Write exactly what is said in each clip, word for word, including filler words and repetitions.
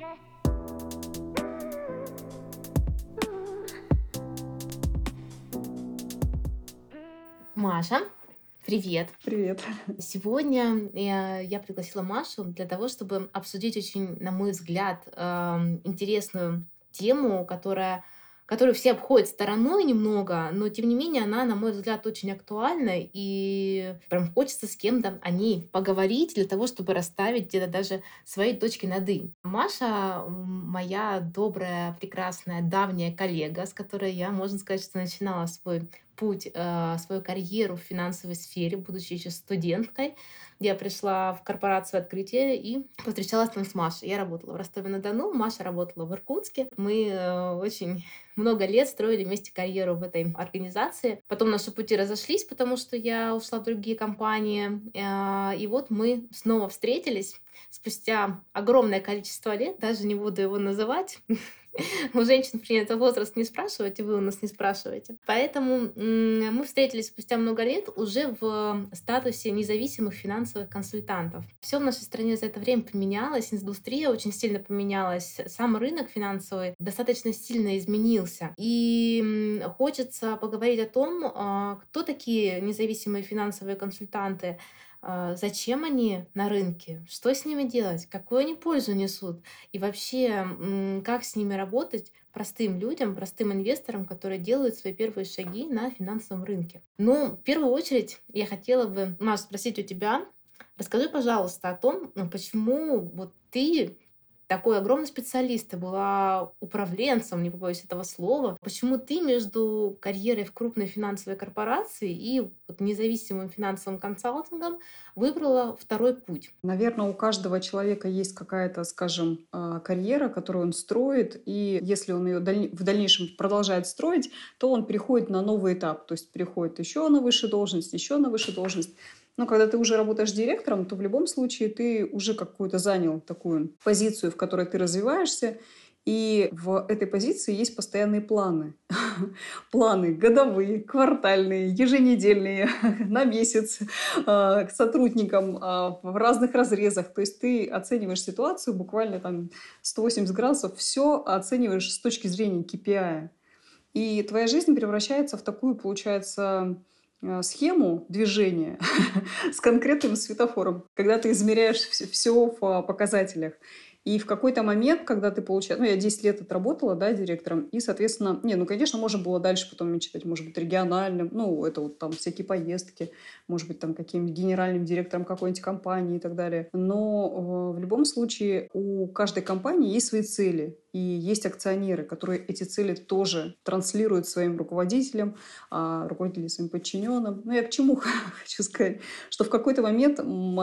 Маша, привет! Привет. Сегодня я, я пригласила Машу для того, чтобы обсудить очень, на мой взгляд, ам, интересную тему, которая, которую все обходят стороной немного, но тем не менее она, на мой взгляд, очень актуальна, и прям хочется с кем-то о ней поговорить для того, чтобы расставить где-то даже свои точки над «и». Маша м, моя добрая, прекрасная, давняя коллега, с которой я, можно сказать, что начинала свой путь, э, свою карьеру в финансовой сфере, будучи еще студенткой. Я пришла в корпорацию открытия и повстречалась там с Машей. Я работала в Ростове-на-Дону, Маша работала в Иркутске. Мы э, очень много лет строили вместе карьеру в этой организации. Потом наши пути разошлись, потому что я ушла в другие компании. Э, И вот мы снова встретились спустя огромное количество лет, даже не буду его называть. У женщин принято возраст не спрашивать, и вы у нас не спрашиваете. Поэтому м, мы встретились спустя много лет уже в статусе независимых финансовых консультантов. Все в нашей стране за это время поменялось, индустрия очень сильно поменялась, сам рынок финансовый достаточно сильно изменился. И м, хочется поговорить о том, а, кто такие независимые финансовые консультанты, а, зачем они на рынке, что с ними делать, какую они пользу несут. И вообще, м, как с ними работать простым людям, простым инвесторам, которые делают свои первые шаги на финансовом рынке. Ну, в первую очередь, я хотела бы, Маш, спросить у тебя, расскажи, пожалуйста, о том, ну, почему вот ты такой огромный специалист, ты была управленцем, не побоюсь этого слова. Почему ты между карьерой в крупной финансовой корпорации и вот независимым финансовым консалтингом выбрала второй путь? Наверное, у каждого человека есть какая-то, скажем, а, карьера, которую он строит, и если он ее в дальнейшем продолжает строить, то он переходит на новый этап, то есть переходит еще на высшую должность, еще на высшую должность. Но когда ты уже работаешь директором, то в любом случае ты уже какую-то занял такую позицию, в которой ты развиваешься, и в этой позиции есть постоянные планы. Планы годовые, квартальные, еженедельные, на месяц, а, к сотрудникам а, в разных разрезах. То есть ты оцениваешь ситуацию буквально там сто восемьдесят градусов, все оцениваешь с точки зрения K P I. И твоя жизнь превращается в такую, получается, а, схему движения с конкретным светофором, когда ты измеряешь все в а, показателях. И в какой-то момент, когда ты получаешь... Ну, я десять лет отработала, да, директором, и, соответственно... Не, ну, конечно, можно было дальше потом мечтать, может быть, региональным, ну, это вот там всякие поездки, может быть, там каким-нибудь генеральным директором какой-нибудь компании и так далее. Но э, в любом случае у каждой компании есть свои цели, и есть акционеры, которые эти цели тоже транслируют своим руководителям, а руководители своим подчиненным. Ну, я к чему хочу сказать? Что в какой-то момент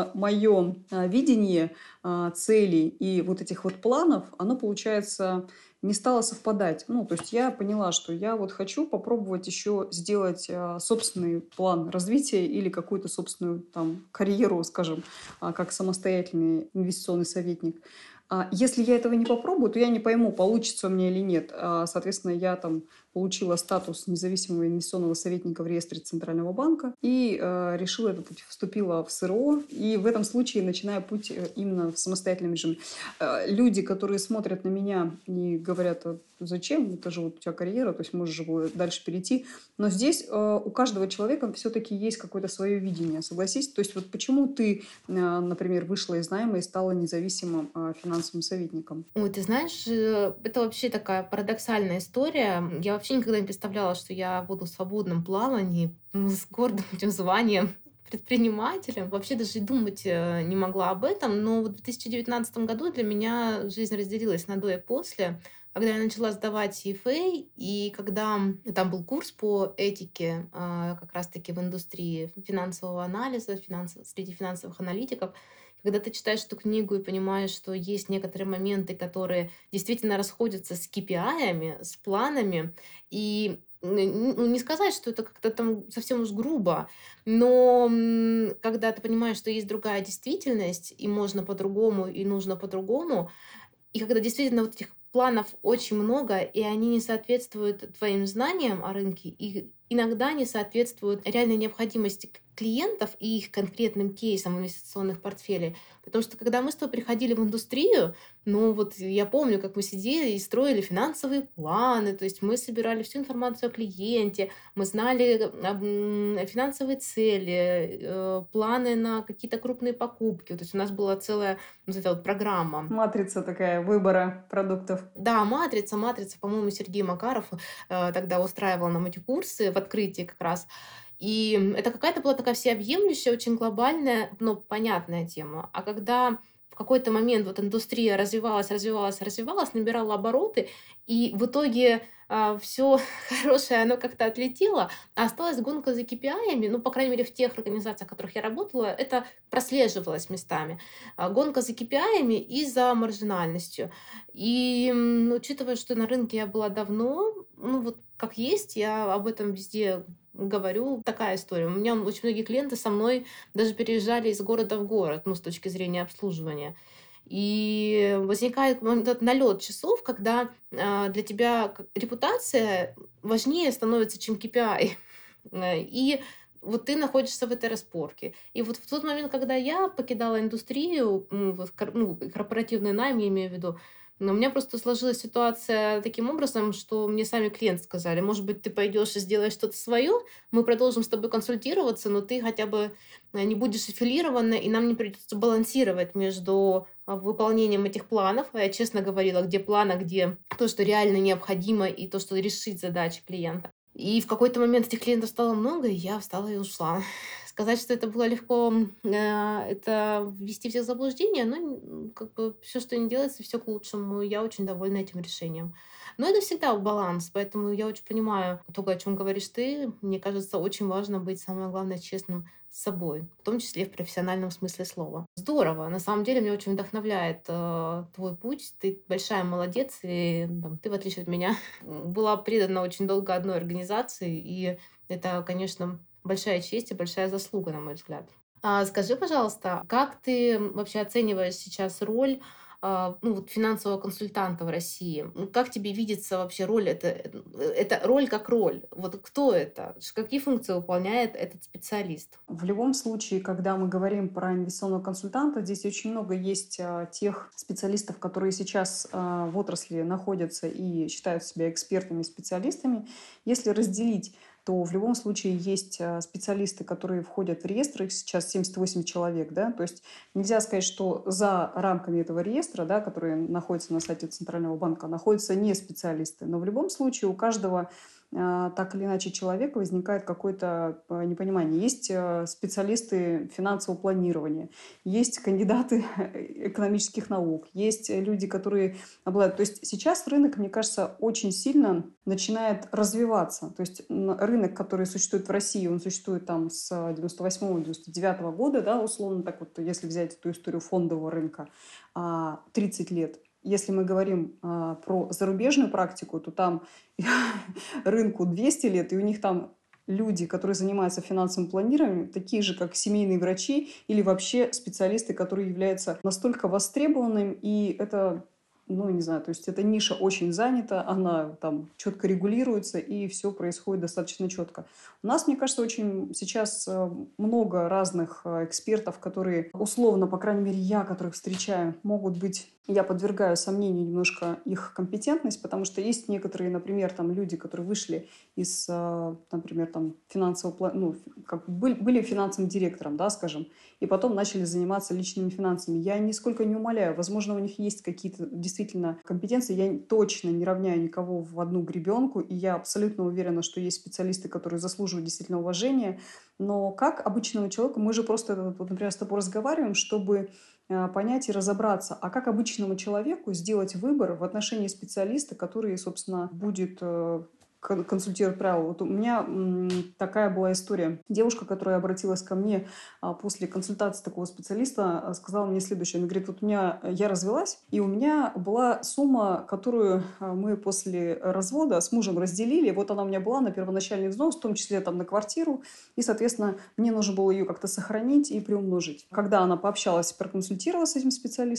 мое видение а, целей и вот этих вот планов, оно, получается, не стало совпадать. Ну, то есть я поняла, что я вот хочу попробовать еще сделать а, собственный план развития или какую-то собственную там карьеру, скажем, а, как самостоятельный инвестиционный советник. А, Если я этого не попробую, то я не пойму, получится у меня или нет. А, Соответственно, я там получила статус независимого инвестиционного советника в реестре Центрального банка и э, решила этот путь, вступила в С Р О. И в этом случае начинаю путь э, именно в самостоятельном режиме. Э, Люди, которые смотрят на меня и говорят: «А зачем? Это же вот у тебя карьера, то есть можешь же было дальше перейти». Но здесь э, у каждого человека все-таки есть какое-то свое видение, согласись. То есть вот почему ты, э, например, вышла из найма и стала независимым э, финансовым советником? Ой, ты знаешь, э, это вообще такая парадоксальная история. Я вообще никогда не представляла, что я буду в свободном плавании м, с гордым этим званием предпринимателем. Вообще даже и думать э, не могла об этом. Но вот в две тысячи девятнадцатом году для меня жизнь разделилась на до и после. Когда я начала сдавать Си Эф Эй, и когда там был курс по этике а, как раз-таки в индустрии финансового анализа, финансов- среди финансовых аналитиков, когда ты читаешь эту книгу и понимаешь, что есть некоторые моменты, которые действительно расходятся с К Пи Ай-ами, с планами, и н- н- ну, не сказать, что это как-то там совсем уж грубо, но м, когда ты понимаешь, что есть другая действительность, и можно по-другому, и нужно по-другому, и когда действительно вот этих планов очень много, и они не соответствуют твоим знаниям о рынке, и, и иногда не соответствуют реальной необходимости к- клиентов и их конкретным кейсам инвестиционных портфелей. Потому что когда мы с тобой приходили в индустрию, ну вот я помню, как мы сидели и строили финансовые планы, то есть мы собирали всю информацию о клиенте, мы знали м, финансовые цели, э, планы на какие-то крупные покупки. То есть у нас была целая вот эта вот программа. Матрица такая выбора продуктов. Да, матрица, матрица, по-моему, Сергей Макаров э, тогда устраивал нам эти курсы в открытии как раз. И это какая-то была такая всеобъемлющая, очень глобальная, но понятная тема. А когда в какой-то момент вот индустрия развивалась, развивалась, развивалась, набирала обороты, и в итоге все хорошее, оно как-то отлетело, а осталась гонка за кей пи ай, ну, по крайней мере, в тех организациях, в которых я работала, это прослеживалось местами. А, Гонка за кей пи ай и за маржинальностью. И м, учитывая, что на рынке я была давно, ну вот как есть, я об этом везде говорю. Такая история. У меня очень многие клиенты со мной даже переезжали из города в город, ну, с точки зрения обслуживания. И возникает м, этот налет часов, когда а, для тебя как репутация важнее становится, чем кей пи ай. Э, И вот ты находишься в этой распорке. И вот в тот момент, когда я покидала индустрию, м, вот кор- ну, корпоративный найм, я имею в виду, но у меня просто сложилась ситуация таким образом, что мне сами клиенты сказали, может быть, ты пойдешь и сделаешь что-то свое, мы продолжим с тобой консультироваться, но ты хотя бы э, не будешь аффилирована, и нам не придется балансировать между а, выполнением этих планов. А я честно говорила, где план, а где то, что реально необходимо, и то, что решит задачи клиента. И в какой-то момент этих клиентов стало много, и я встала и ушла. Сказать, что это было легко, м, э, это ввести всех в заблуждение, но н- как бы все, что не делается, все к лучшему. и Я очень довольна этим решением. Но это всегда баланс, поэтому я очень понимаю то, о чем говоришь ты. Мне кажется, очень важно быть, самое главное, честным с собой, в том числе в профессиональном смысле слова. Здорово, на самом деле меня очень вдохновляет э, твой путь. Ты большая молодец, и там, ты, в отличие от меня, была предана очень долго одной организации, и это, конечно, большая честь и большая заслуга, на мой взгляд. А скажи, пожалуйста, как ты вообще оцениваешь сейчас роль а, ну, вот финансового консультанта в России? Ну, Как тебе видится вообще роль? Это, э, это роль как роль. Вот кто это? Ш- Какие функции выполняет этот специалист? В любом случае, когда мы говорим про инвестиционного консультанта, здесь очень много есть а, тех специалистов, которые сейчас а, в отрасли находятся и считают себя экспертами, специалистами. Если разделить, то в любом случае есть а, специалисты, которые входят в реестр, их сейчас семьдесят восемь человек, да, то есть нельзя сказать, что за рамками этого реестра, да, который находится на сайте Центрального банка, находятся не специалисты, но в любом случае у каждого а, так или иначе человека возникает какое-то а, непонимание. Есть а, специалисты финансового планирования, есть кандидаты экономических наук, есть люди, которые обладают... То есть сейчас рынок, мне кажется, очень сильно начинает развиваться. То есть н- рынок, который существует в России, он существует там с девяносто восьмого девяносто девятого года, да, условно так вот, если взять эту историю фондового рынка, а, тридцать лет. Если мы говорим а, про зарубежную практику, то там рынку двести лет, и у них там люди, которые занимаются финансовым планированием, такие же, как семейные врачи или вообще специалисты, которые являются настолько востребованными, и это, ну, не знаю, то есть эта ниша очень занята, она там четко регулируется, и все происходит достаточно четко. У нас, мне кажется, очень сейчас э, много разных э, экспертов, которые условно, по крайней мере, я, которых встречаю, могут быть, я подвергаю сомнению немножко их компетентность, потому что есть некоторые, например, там люди, которые вышли из, э, например, там финансового, пла- ну, как были, были финансовым директором, да, скажем, и потом начали заниматься личными финансами. Я нисколько не умоляю, возможно, у них есть какие-то действительно компетенции, я точно не равняю никого в одну гребенку, и я абсолютно уверена, что есть специалисты, которые заслуживают действительно уважения, но как обычному человеку, мы же просто, вот, например, с тобой разговариваем, чтобы э, понять и разобраться, а как обычному человеку сделать выбор в отношении специалиста, который, собственно, будет э, кон- консультировать правила. Вот у меня м, такая была история. Девушка, которая обратилась ко мне а, после консультации такого специалиста, а, сказала мне следующее. Она говорит, вот у меня, э, я развелась, и у меня была сумма, которую а, мы после развода с мужем разделили. Вот она у меня была на первоначальный взнос, в том числе там на квартиру, и, соответственно, мне нужно было ее как-то сохранить и приумножить. Когда она пообщалась, проконсультировалась с этим специалистом,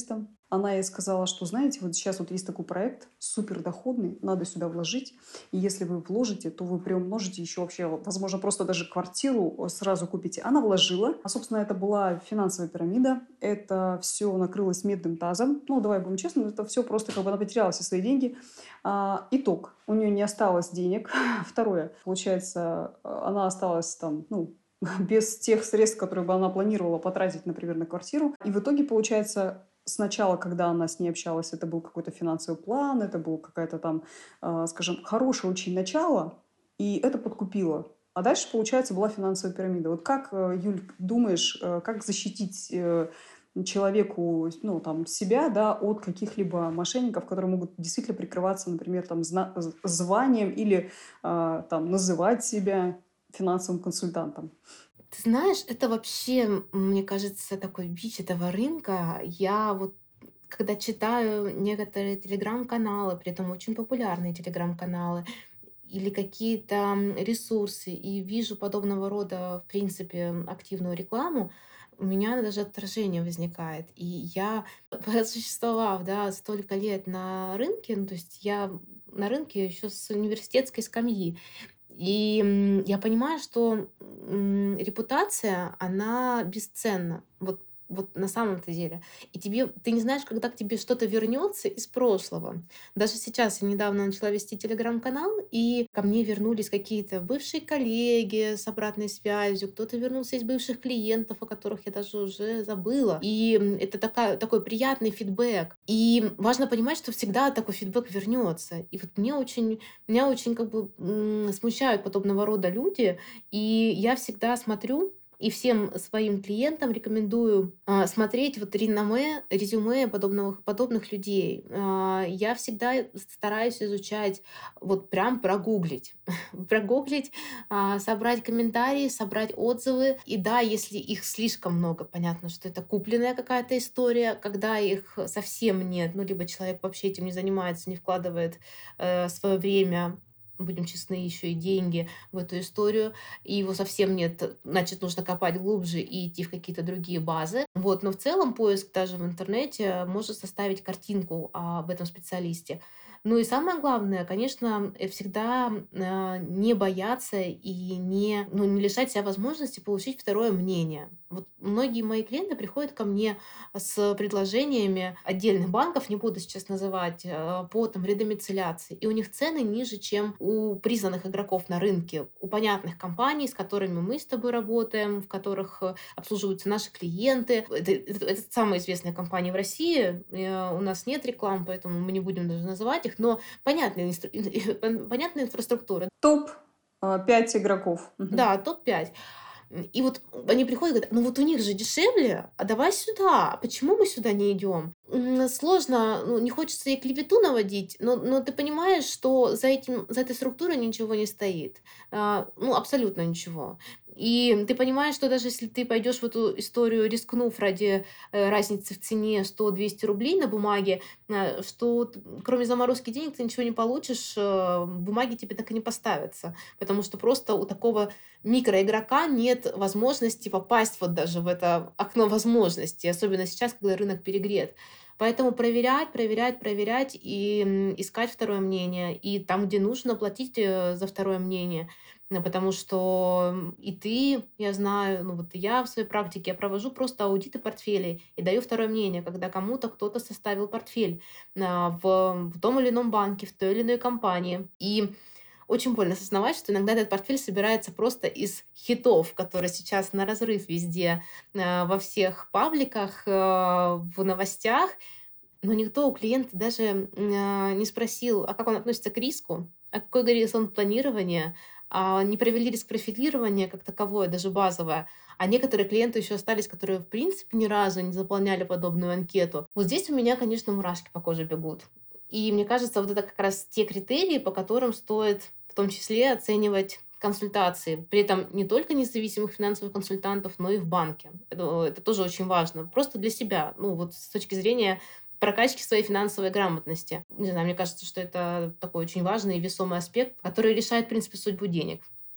Она ей сказала, что, знаете, вот сейчас вот есть такой проект, супер доходный, надо сюда вложить. И если вы вложите, то вы приумножите еще вообще, возможно, просто даже квартиру э, сразу купите. Она вложила. А, собственно, это была финансовая пирамида. Это все накрылось медным тазом. Ну, давай будем честны, это все просто как бы она потеряла все свои деньги. А, итог. У нее не осталось денег. Второе. Получается, э, она осталась там, ну, без тех средств, которые бы она планировала потратить, например, на квартиру. И в итоге, получается, сначала, когда она с ней общалась, это был какой-то финансовый план, это был какая-то там, а, скажем, хорошее очень начало, и это подкупило. А дальше, получается, была финансовая пирамида. Вот как, э, Юль, думаешь, э, как защитить э, человеку, ну, там, себя, да, от каких-либо мошенников, которые могут действительно прикрываться, например, там, зна- з- званием или а, там, называть себя финансовым консультантом? Ты знаешь, это вообще, м, мне кажется, такой бич этого рынка. Я вот когда читаю некоторые телеграм-каналы, при этом очень популярные телеграм-каналы, или какие-то м, ресурсы, и вижу подобного рода, в принципе, м, активную рекламу, у меня даже отторжение возникает. И я, просуществовав, да, столько лет на рынке, ну, то есть я на рынке еще с университетской скамьи, и, м, я понимаю, что, м, репутация, она бесценна. Вот вот на самом-то деле. И тебе ты не знаешь, когда к тебе что-то вернется из прошлого. Даже сейчас я недавно начала вести телеграм-канал, и ко мне вернулись какие-то бывшие коллеги с обратной связью, кто-то вернулся из бывших клиентов, о которых я даже уже забыла. И, м, это такая такой приятный фидбэк. И важно понимать, что всегда такой фидбэк вернется. И вот мне очень меня очень как бы м, смущают подобного рода люди, и я всегда смотрю и всем своим клиентам рекомендую а, смотреть вот реноме, резюме подобных, подобных людей. А, Я всегда стараюсь изучать, вот прям прогуглить. Прогуглить, а, собрать комментарии, собрать отзывы. И да, если их слишком много, понятно, что это купленная какая-то история. Когда их совсем нет, ну, либо человек вообще этим не занимается, не вкладывает свое время, будем честны, еще и деньги в эту историю, и его совсем нет, значит, нужно копать глубже и идти в какие-то другие базы. Вот, но в целом поиск даже в интернете может составить картинку об этом специалисте. Ну и самое главное, конечно, э, всегда э, не бояться и не, ну, не лишать себя возможности получить второе мнение. Вот многие мои клиенты приходят ко мне с предложениями отдельных банков, не буду сейчас называть, э, по там редомицеляции. И у них цены ниже, чем у признанных игроков на рынке, у понятных компаний, с которыми мы с тобой работаем, в которых э, обслуживаются наши клиенты. Это, это- это самые известные компании в России. Э, У нас нет рекламы, поэтому мы не будем даже называть их, но понятная, инстру- понятная инфраструктура. Топ а, пять игроков. Мгм. Да, топ пять. И вот они приходят и говорят: "Ну вот у них же дешевле, а давай сюда. А почему мы сюда не идем?" М, Сложно, ну, не хочется и клевету наводить, но, но ты понимаешь, что за этим, за этой структурой ничего не стоит. А, Ну, абсолютно ничего. И ты понимаешь, что даже если ты пойдешь в эту историю, рискнув ради э, разницы в цене сто-двести рублей на бумаге, э, что т- кроме заморозки денег ты ничего не получишь, э, бумаги тебе так и не поставятся. Потому что просто у такого микроигрока нет возможности попасть вот даже в это окно возможностей, особенно сейчас, когда рынок перегрет. Поэтому проверять, проверять, проверять и м, искать второе мнение. И там, где нужно, платить э, за второе мнение. Ну, Потому что м, и ты, я знаю, ну вот и я в своей практике, я провожу просто аудиты портфелей и даю второе мнение, когда кому-то кто-то составил портфель а, в, в том или ином банке, в той или иной компании. И очень больно осознавать, что иногда этот портфель собирается просто из хитов, которые сейчас на разрыв везде, э, во всех пабликах, э, в новостях, но никто у клиента даже м, а, не спросил, а как он относится к риску, а какой горизонт планирования, а не провели риск профилирования как таковое, даже базовое. А некоторые клиенты еще остались, которые в принципе ни разу не заполняли подобную анкету. Вот здесь у меня, конечно, мурашки по коже бегут. И мне кажется, вот это как раз те критерии, по которым стоит в том числе оценивать консультации. При этом не только независимых финансовых консультантов, но и в банке. Это, это тоже очень важно. Просто для себя. Ну, вот с точки зрения прокачки своей финансовой грамотности. Не знаю, мне кажется, что это такой очень важный и весомый аспект, который решает, в принципе, судьбу денег.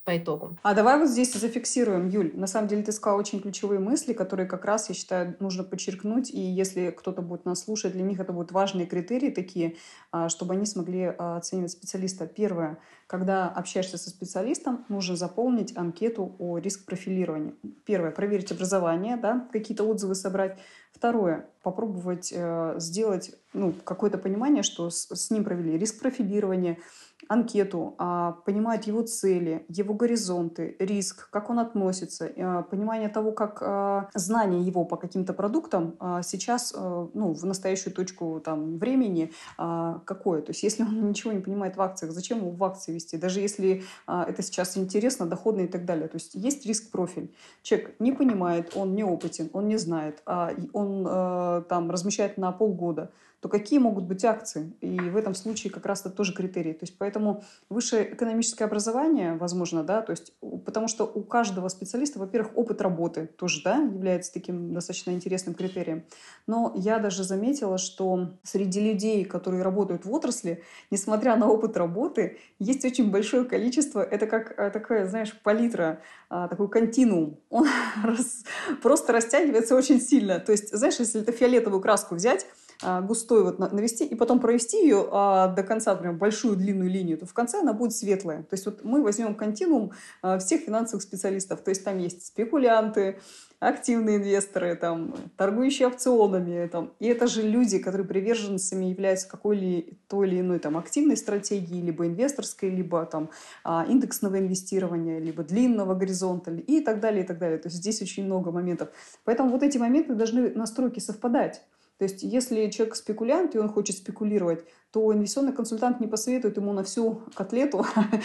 по итогу. А давай вот здесь зафиксируем, Юль. На самом деле ты сказала очень ключевые мысли, которые как раз, я считаю, нужно подчеркнуть. И если кто-то будет нас слушать, для них это будут важные критерии такие, а, чтобы они смогли а, оценивать специалиста. Первое. Когда общаешься со специалистом, нужно заполнить анкету о риск-профилировании. Первое. Проверить образование, да, какие-то отзывы собрать. Второе. Попробовать э, сделать ну, какое-то понимание, что с, с ним провели риск-профилирование, анкету, а, понимают его цели, его горизонты, риск, как он относится, а, понимание того, как а, знание его по каким-то продуктам а, сейчас, а, ну, в настоящую точку там, времени а, какое. То есть если он ничего не понимает в акциях, зачем его в акции вести, даже если а, это сейчас интересно, доходно и так далее. То есть есть риск-профиль. Человек не понимает, он неопытен, он не знает, а и он а, там размещает на полгода, то какие могут быть акции? И в этом случае как раз это тоже критерий. То есть поэтому высшее экономическое образование, возможно, да, то есть у- потому что у каждого специалиста, во-первых, опыт работы тоже, да, является таким достаточно интересным критерием. Но я даже заметила, что среди людей, которые работают в отрасли, несмотря на опыт работы, есть очень большое количество, это как э, такая, знаешь, палитра, а, такой континуум. Он рас- просто растягивается очень сильно. То есть, знаешь, если это фиолетовую краску взять, а, густой вот на- навести и потом провести ее а, до конца, прям большую длинную линию, то в конце она будет светлая. То есть вот мы возьмем континуум а, всех финансовых специалистов. То есть там есть спекулянты, активные инвесторы, там, торгующие опционами. Там. И это же люди, которые приверженцами являются какой-либо той или иной там, активной стратегии, либо инвесторской, либо там, а, индексного инвестирования, либо длинного горизонта и так далее, и так далее. То есть здесь очень много моментов. Поэтому вот эти моменты должны настройки совпадать. То есть, если человек спекулянт, и он хочет спекулировать, то инвестиционный консультант не посоветует ему на всю котлету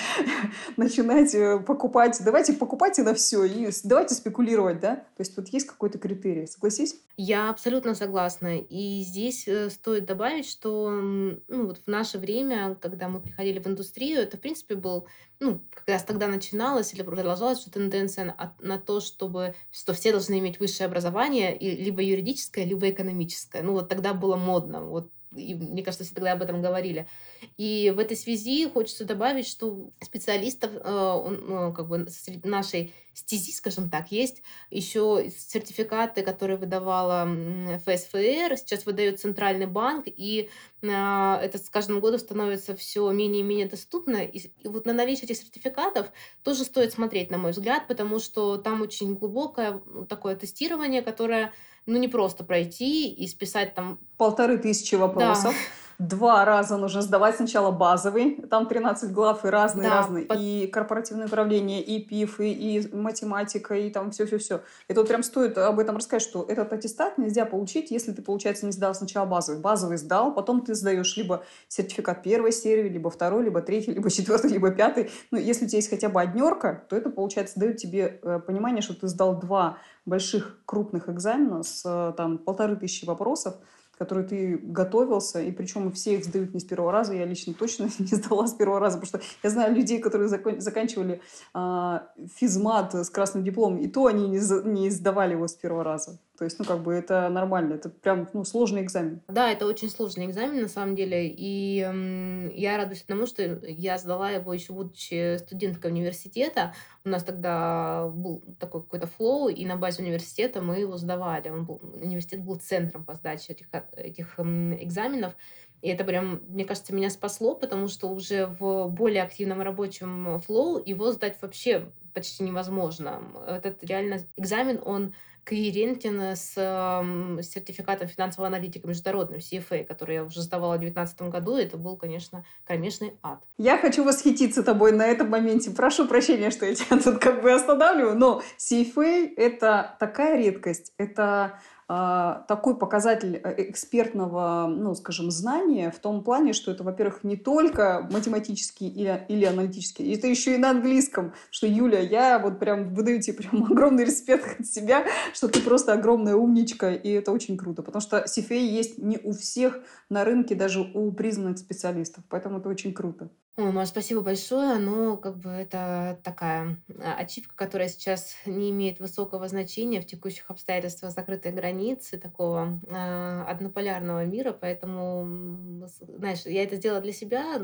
начинать э, покупать. Давайте покупайте на все и с- давайте спекулировать, да? То есть, вот есть какой-то критерий, согласись? Я абсолютно согласна. И здесь э, стоит добавить, что м, ну, вот в наше время, когда мы приходили в индустрию, это, в принципе, был, ну, как раз тогда начиналась или продолжалась что тенденция на, на то, чтобы, что все должны иметь высшее образование, и, либо юридическое, либо экономическое. Ну, вот тогда было модно. Вот, и мне кажется, все тогда об этом говорили. И в этой связи хочется добавить, что специалистов, э, он, ну, как бы среди нашей стези, скажем так, есть еще сертификаты, которые выдавала м, эф эс эф эр, сейчас выдает Центральный банк, и а, это с каждым годом становится все менее и менее доступно. И, с- и вот на наличие этих сертификатов тоже стоит смотреть, на мой взгляд, потому что там очень глубокое м, такое тестирование, которое, ну, не просто пройти и списать там, Полторы тысячи да, вопросов. Два раза нужно сдавать сначала базовый, там тринадцать глав и да, разные-разные, и корпоративное управление, и пиф, и, и математика, и там все-все-все. Это вот прям стоит об этом рассказать, что этот аттестат нельзя получить, если ты, получается, не сдал сначала базовый. Базовый сдал, потом ты сдаешь либо сертификат первой серии, либо второй, либо третий, либо четвертый, либо пятый. Ну, если у тебя есть хотя бы однерка, то это, получается, дает тебе э, понимание, что ты сдал два больших крупных экзамена с э, там полторы тысячи вопросов, которые ты готовился, и причем все их сдают не с первого раза. Я лично точно не сдала с первого раза, потому что я знаю людей, которые закон- заканчивали а, физмат с красным дипломом, и то они не, за- не сдавали его с первого раза. То есть, ну, как бы это нормально, это прям, ну, сложный экзамен. Да, это очень сложный экзамен на самом деле, и м, я радуюсь тому, что я сдала его еще будучи студенткой университета. У нас тогда был такой какой-то флоу, и на базе университета мы его сдавали. Он был, университет был центром по сдаче этих, а, этих м, экзаменов. И это прям, мне кажется, меня спасло, потому что уже в более активном рабочем флоу его сдать вообще почти невозможно. Этот реально экзамен, он коherентен с, ам, сертификатом финансового аналитика международным, си эф эй, который я уже сдавала в две тысячи девятнадцатом году. Это был, конечно, кромешный ад. Я хочу восхититься тобой на этом моменте. Прошу прощения, что я тебя тут как бы останавливаю, но си эф эй – это такая редкость, это а, такой показатель э, экспертного, ну, скажем, знания в том плане, что это, во-первых, не только математический или, или аналитический, это еще и на английском, что, Юля, я вот прям выдаю тебе прям огромный респект от себя, что ты просто огромная умничка, и это очень круто, потому что си эф эй есть не у всех на рынке, даже у признанных специалистов, поэтому это очень круто. Ой, Маш, спасибо большое. Но как бы это такая а, ачивка, которая сейчас не имеет высокого значения в текущих обстоятельствах закрытой границы такого а, однополярного мира. Поэтому, м, с- знаешь, я это сделала для себя. Ну,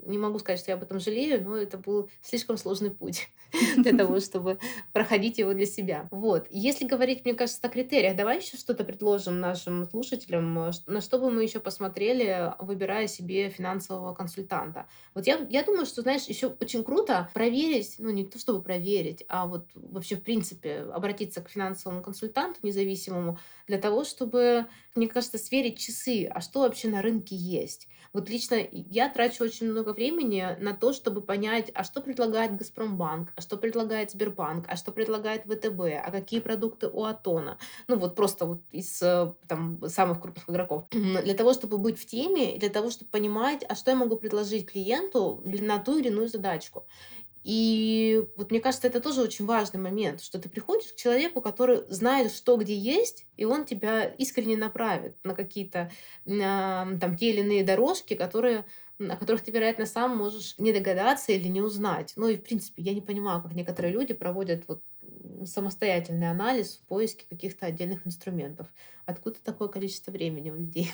не могу сказать, что я об этом жалею, но это был слишком сложный путь для того, чтобы проходить его для себя. Вот. Если говорить, мне кажется, о критериях, давай еще что-то предложим нашим слушателям, э, ш- на что бы мы еще посмотрели, выбирая себе финансового консультанта. Вот я, я думаю, что, знаешь, еще очень круто проверить, ну, не то чтобы проверить, а вот вообще, в принципе, обратиться к финансовому консультанту независимому для того, чтобы, мне кажется, сверить часы, а что вообще на рынке есть. Вот лично я трачу очень много времени на то, чтобы понять, а что предлагает Газпромбанк, а что предлагает Сбербанк, а что предлагает вэ тэ бэ, а какие продукты у Атона. Ну вот просто вот из э, там, самых крупных игроков. Для того, чтобы быть в теме, и для того, чтобы понимать, а что я могу предложить клиенту для- на ту или иную задачку. И вот мне кажется, это тоже очень важный момент, что ты приходишь к человеку, который знает, что где есть, и он тебя искренне направит на какие-то а, там те или иные дорожки, которые, м, о которых ты, вероятно, сам можешь не догадаться или не узнать. Ну и, в принципе, я не понимаю, как некоторые люди проводят вот м, самостоятельный анализ в поиске каких-то отдельных инструментов. Откуда такое количество времени у людей?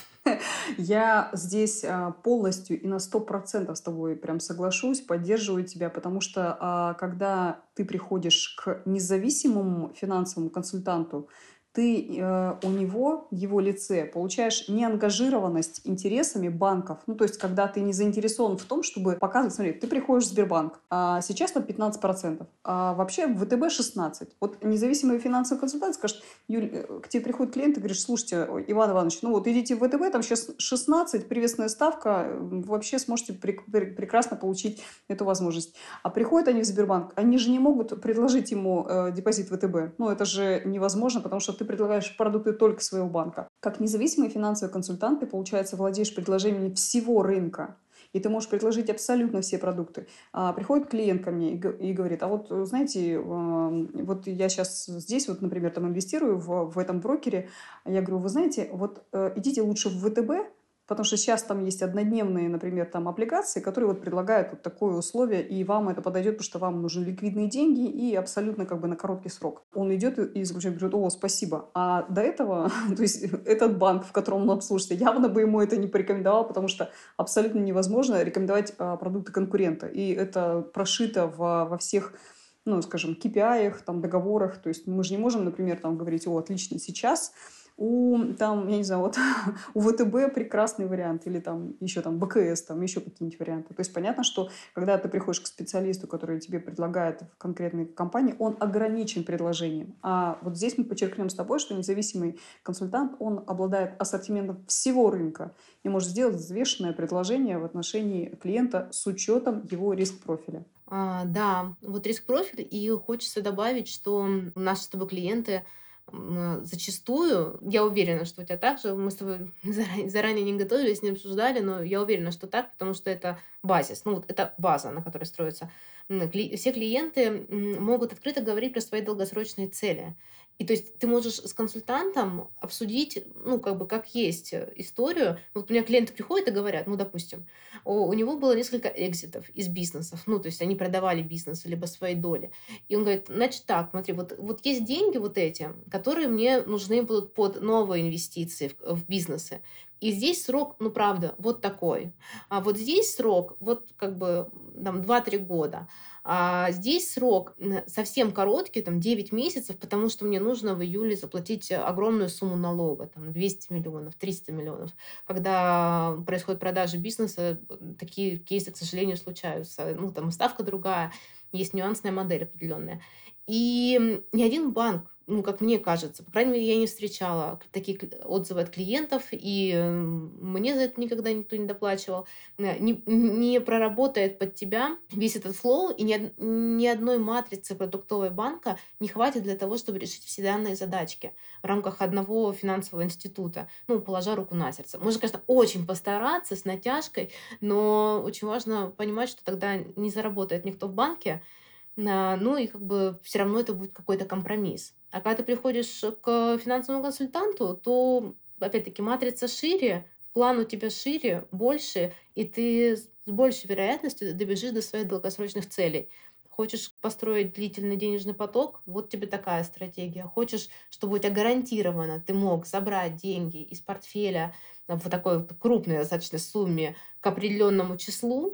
Я здесь а, полностью и на сто процентов с тобой прям соглашусь, поддерживаю тебя, потому что а, когда ты приходишь к независимому финансовому консультанту, ты э, у него, в его лице, получаешь неангажированность интересами банков. Ну, то есть, когда ты не заинтересован в том, чтобы показывать, смотри, ты приходишь в Сбербанк, а сейчас там пятнадцать процентов, а вообще в вэ тэ бэ шестнадцать. Вот независимый финансовый консультант скажет: Юль, э, к тебе приходит клиент и говоришь: слушайте, ой, Иван Иванович, ну вот идите в вэ тэ бэ, там сейчас шестнадцать, привесная ставка, э, вообще сможете прек- пре- прекрасно получить эту возможность. А приходят они в Сбербанк, они же не могут предложить ему э, депозит вэ тэ бэ. Ну, это же невозможно, потому что ты предлагаешь продукты только своего банка. Как независимый финансовый консультант ты, получается, владеешь предложениями всего рынка. И ты можешь предложить абсолютно все продукты. А, приходит клиент ко мне и, г- и говорит: а вот, э, знаете, эм, вот я сейчас здесь, вот, например, там инвестирую в, в этом брокере. Я говорю: вы знаете, вот э, идите лучше в вэ тэ бэ, потому что сейчас там есть однодневные, например, там облигации, которые вот предлагают вот такое условие, и вам это подойдет, потому что вам нужны ликвидные деньги и абсолютно как бы на короткий срок. Он идет и и заключает, говорит: о, спасибо. А до этого, то есть этот банк, в котором он обслуживается, явно бы ему это не порекомендовал, потому что абсолютно невозможно рекомендовать а, продукты конкурента. И это прошито во, во всех, ну, скажем, кей пи ай, там, договорах. То есть мы же не можем, например, там говорить: о, отлично, сейчас у, там, я не знаю, вот у вэ тэ бэ прекрасный вариант, или там еще там бэ ка эс, там еще какие-нибудь варианты. То есть понятно, что когда ты приходишь к специалисту, который тебе предлагает в конкретной компании, он ограничен предложением. А вот здесь мы подчеркнем с тобой, что независимый консультант, он обладает ассортиментом всего рынка и может сделать взвешенное предложение в отношении клиента с учетом его риск-профиля. А, да, вот риск-профиль, и хочется добавить, что м, наши с тобой клиенты м, зачастую, я уверена, что у тебя так же, мы с тобой заранее, заранее не готовились, не обсуждали, но я уверена, что так, потому что это базис, ну вот это база, на которой строится. М, кли- Все клиенты м, могут открыто говорить про свои долгосрочные цели. И то есть ты можешь с консультантом обсудить, ну, как бы, как есть э, историю. Вот у меня клиенты приходят и говорят, ну, допустим, у у него было несколько экзитов из бизнесов. Ну, то есть они продавали бизнес либо свои доли. И он говорит: значит так, смотри, вот, вот есть деньги вот эти, которые мне нужны будут под новые инвестиции в, в бизнесы. И здесь срок, ну, правда, вот такой. А вот здесь срок, вот как бы там два-три года. А здесь срок м, совсем короткий, там девять месяцев, потому что мне нужно в июле заплатить э, огромную сумму налога, там двести миллионов, триста миллионов. Когда происходит продажа бизнеса, э, такие кейсы, к сожалению, случаются. Ну, там и ставка другая, есть нюансная модель определенная. И м, ни один банк, ну, как мне кажется, по крайней мере, я не встречала к- такие кл- отзывы от клиентов, и м, мне за это никогда никто не доплачивал, э, не, не проработает под тебя весь этот флоу, и ни, од- ни одной матрицы продуктовой банка не хватит для того, чтобы решить все данные задачки в рамках одного финансового института, ну, положа руку на сердце. Можно, конечно, очень постараться с натяжкой, но очень важно понимать, что тогда не заработает никто в банке, на- ну и как бы все равно это будет какой-то компромисс. А когда ты приходишь к финансовому консультанту, то, опять-таки, матрица шире, план у тебя шире, больше, и ты с с большей вероятностью добежишь до своих долгосрочных целей. Хочешь построить длительный денежный поток? Вот тебе такая стратегия. Хочешь, чтобы у тебя гарантированно ты мог собрать деньги из портфеля э, в такой вот крупной достаточно сумме к определенному числу,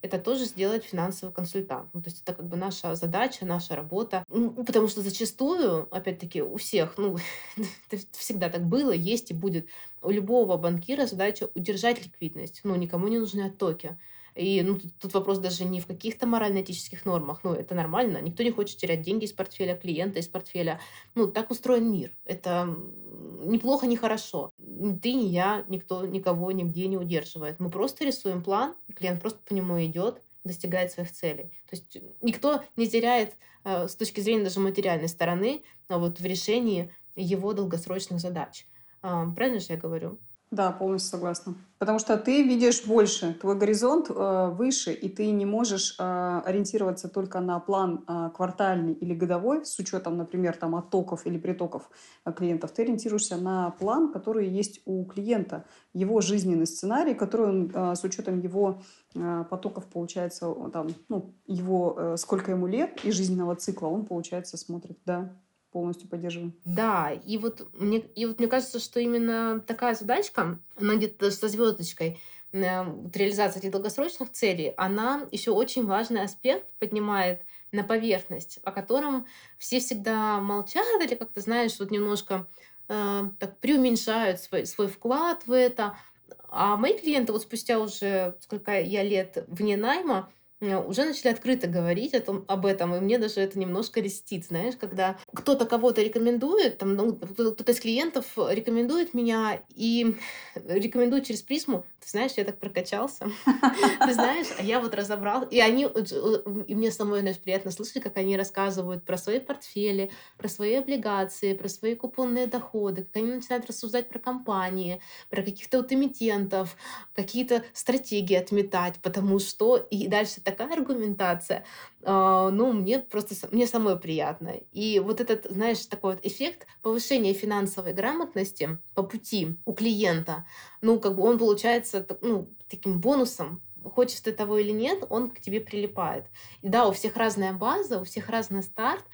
это тоже сделать финансовый консультант. Ну, то есть это как бы наша задача, наша работа. Ну, потому что зачастую, опять-таки, у всех, ну, это всегда так было, есть и будет, у любого банкира задача удержать ликвидность. Ну, никому не нужны оттоки. И ну, тут, тут вопрос даже не в каких-то морально-этических нормах. Ну, это нормально. Никто не хочет терять деньги из портфеля, клиента из портфеля. Ну, так устроен мир. Это м, ни плохо, ни хорошо. Ни ты, ни я, никто никого нигде не удерживает. Мы просто рисуем план, клиент просто по нему идет, достигает своих целей. То есть никто не теряет э, с точки зрения даже материальной стороны а вот в решении его долгосрочных задач. А, правильно же я говорю? Да, полностью согласна. Потому что ты видишь больше, твой горизонт э, выше, и ты не можешь э, ориентироваться только на план э, квартальный или годовой, с учетом, например, там, оттоков или притоков э, клиентов. Ты ориентируешься на план, который есть у клиента, его жизненный сценарий, который он э, с учетом его э, потоков, получается, о, там, ну, его, э, сколько ему лет и жизненного цикла, он, получается, смотрит. Да, полностью поддерживаю. Да, и вот мне, и вот мне кажется, что именно такая задачка, она где-то со звездочкой, э, вот реализация этих долгосрочных целей, она еще очень важный аспект поднимает на поверхность, о котором все всегда молчат или как-то, знаешь, вот немножко э, так преуменьшают свой, свой вклад в это. А мои клиенты вот спустя уже сколько я лет вне найма, э, уже начали открыто говорить о том, об этом, и мне даже это немножко льстит, знаешь, когда кто-то кого-то рекомендует, там, ну, кто- кто-то из клиентов рекомендует меня и рекомендует через призму, ты знаешь, я так прокачался, ты знаешь, а я вот разобрал, и они, вот ж- э, и мне самой, знаешь, приятно слышать, как они рассказывают про свои портфели, про свои облигации, про свои купонные доходы, как они начинают рассуждать про компании, про каких-то вот эмитентов, какие-то стратегии отметать, потому что и дальше такая аргументация, а, ну, мне просто с- мне самой приятно. И вот этот, знаешь, такой вот эффект повышения финансовой грамотности по пути у клиента, ну, как бы он получается, так- ну, таким бонусом. Хочешь ты того или нет, он к тебе прилипает. И да, у всех разная база, у всех разный старт,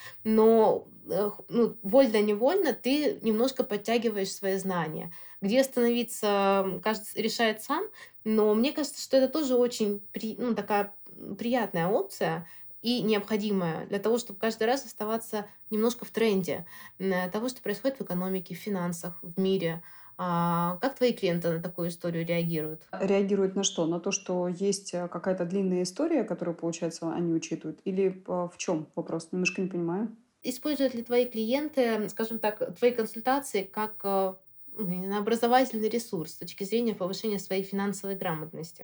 но э, х- ну, вольно-невольно ты немножко подтягиваешь свои знания. Где остановиться, м, кажется, решает сам, но мне кажется, что это тоже очень при- ну, такая м, приятная опция и необходимая для того, чтобы каждый раз оставаться немножко в тренде м, того, что происходит в экономике, в финансах, в мире. А, как твои клиенты на такую историю реагируют? Реагирует на что? На то, что есть э, какая-то длинная история, которую, получается, они учитывают? Или э, в чем вопрос? Немножко не понимаю. Используют ли твои клиенты, скажем так, твои консультации как э, ну, я не знаю, образовательный ресурс с точки зрения повышения своей финансовой грамотности?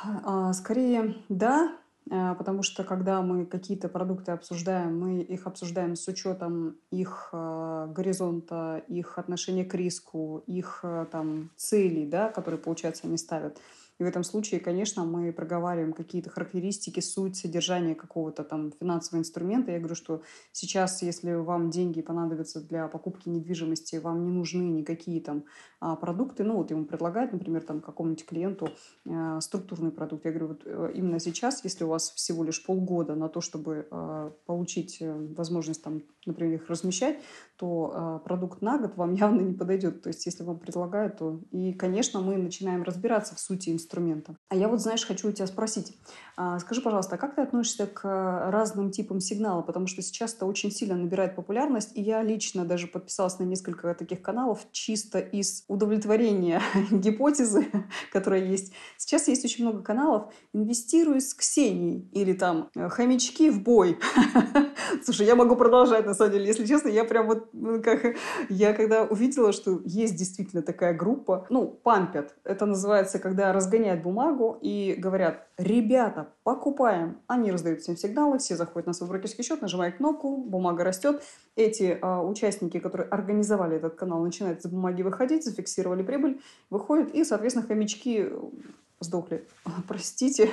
А, Скорее, да, а, потому что когда мы какие-то продукты обсуждаем, мы их обсуждаем с учетом их а, горизонта, их отношения к риску, их а, там целей, да, которые, получается, они ставят. И в этом случае, конечно, мы проговариваем какие-то характеристики, суть, содержание какого-то там финансового инструмента. Я говорю, что сейчас, если вам деньги понадобятся для покупки недвижимости, вам не нужны никакие там а, продукты, ну вот ему предлагают, например, там какому-нибудь клиенту э, структурный продукт. Я говорю, вот э, именно сейчас, если у вас всего лишь полгода на то, чтобы э, получить э, возможность там, например, их размещать, то э, продукт на год вам явно не подойдет. То есть, если вам предлагают, то... И, конечно, мы начинаем разбираться в сути инструмента. А я вот, знаешь, хочу у тебя спросить. А, скажи, пожалуйста, а как ты относишься к э, разным типам сигнала? Потому что сейчас это очень сильно набирает популярность, и я лично даже подписалась на несколько таких каналов чисто из удовлетворения гипотезы, которая есть. Сейчас есть очень много каналов «Инвестирую с Ксенией» или там э, «Хомячки в бой». Слушай, я могу продолжать, на самом деле. Если честно, я прям вот ну, как... Я когда увидела, что есть действительно такая группа, ну, пампят. Это называется, когда разгоняют бумагу и говорят, ребята, покупаем. Они раздают всем сигналы, все заходят на свой брокерский счет, нажимают кнопку, бумага растет. Эти а, участники, которые организовали этот канал, начинают за бумаги выходить, зафиксировали прибыль, выходят, и, соответственно, хомячки сдохли. Простите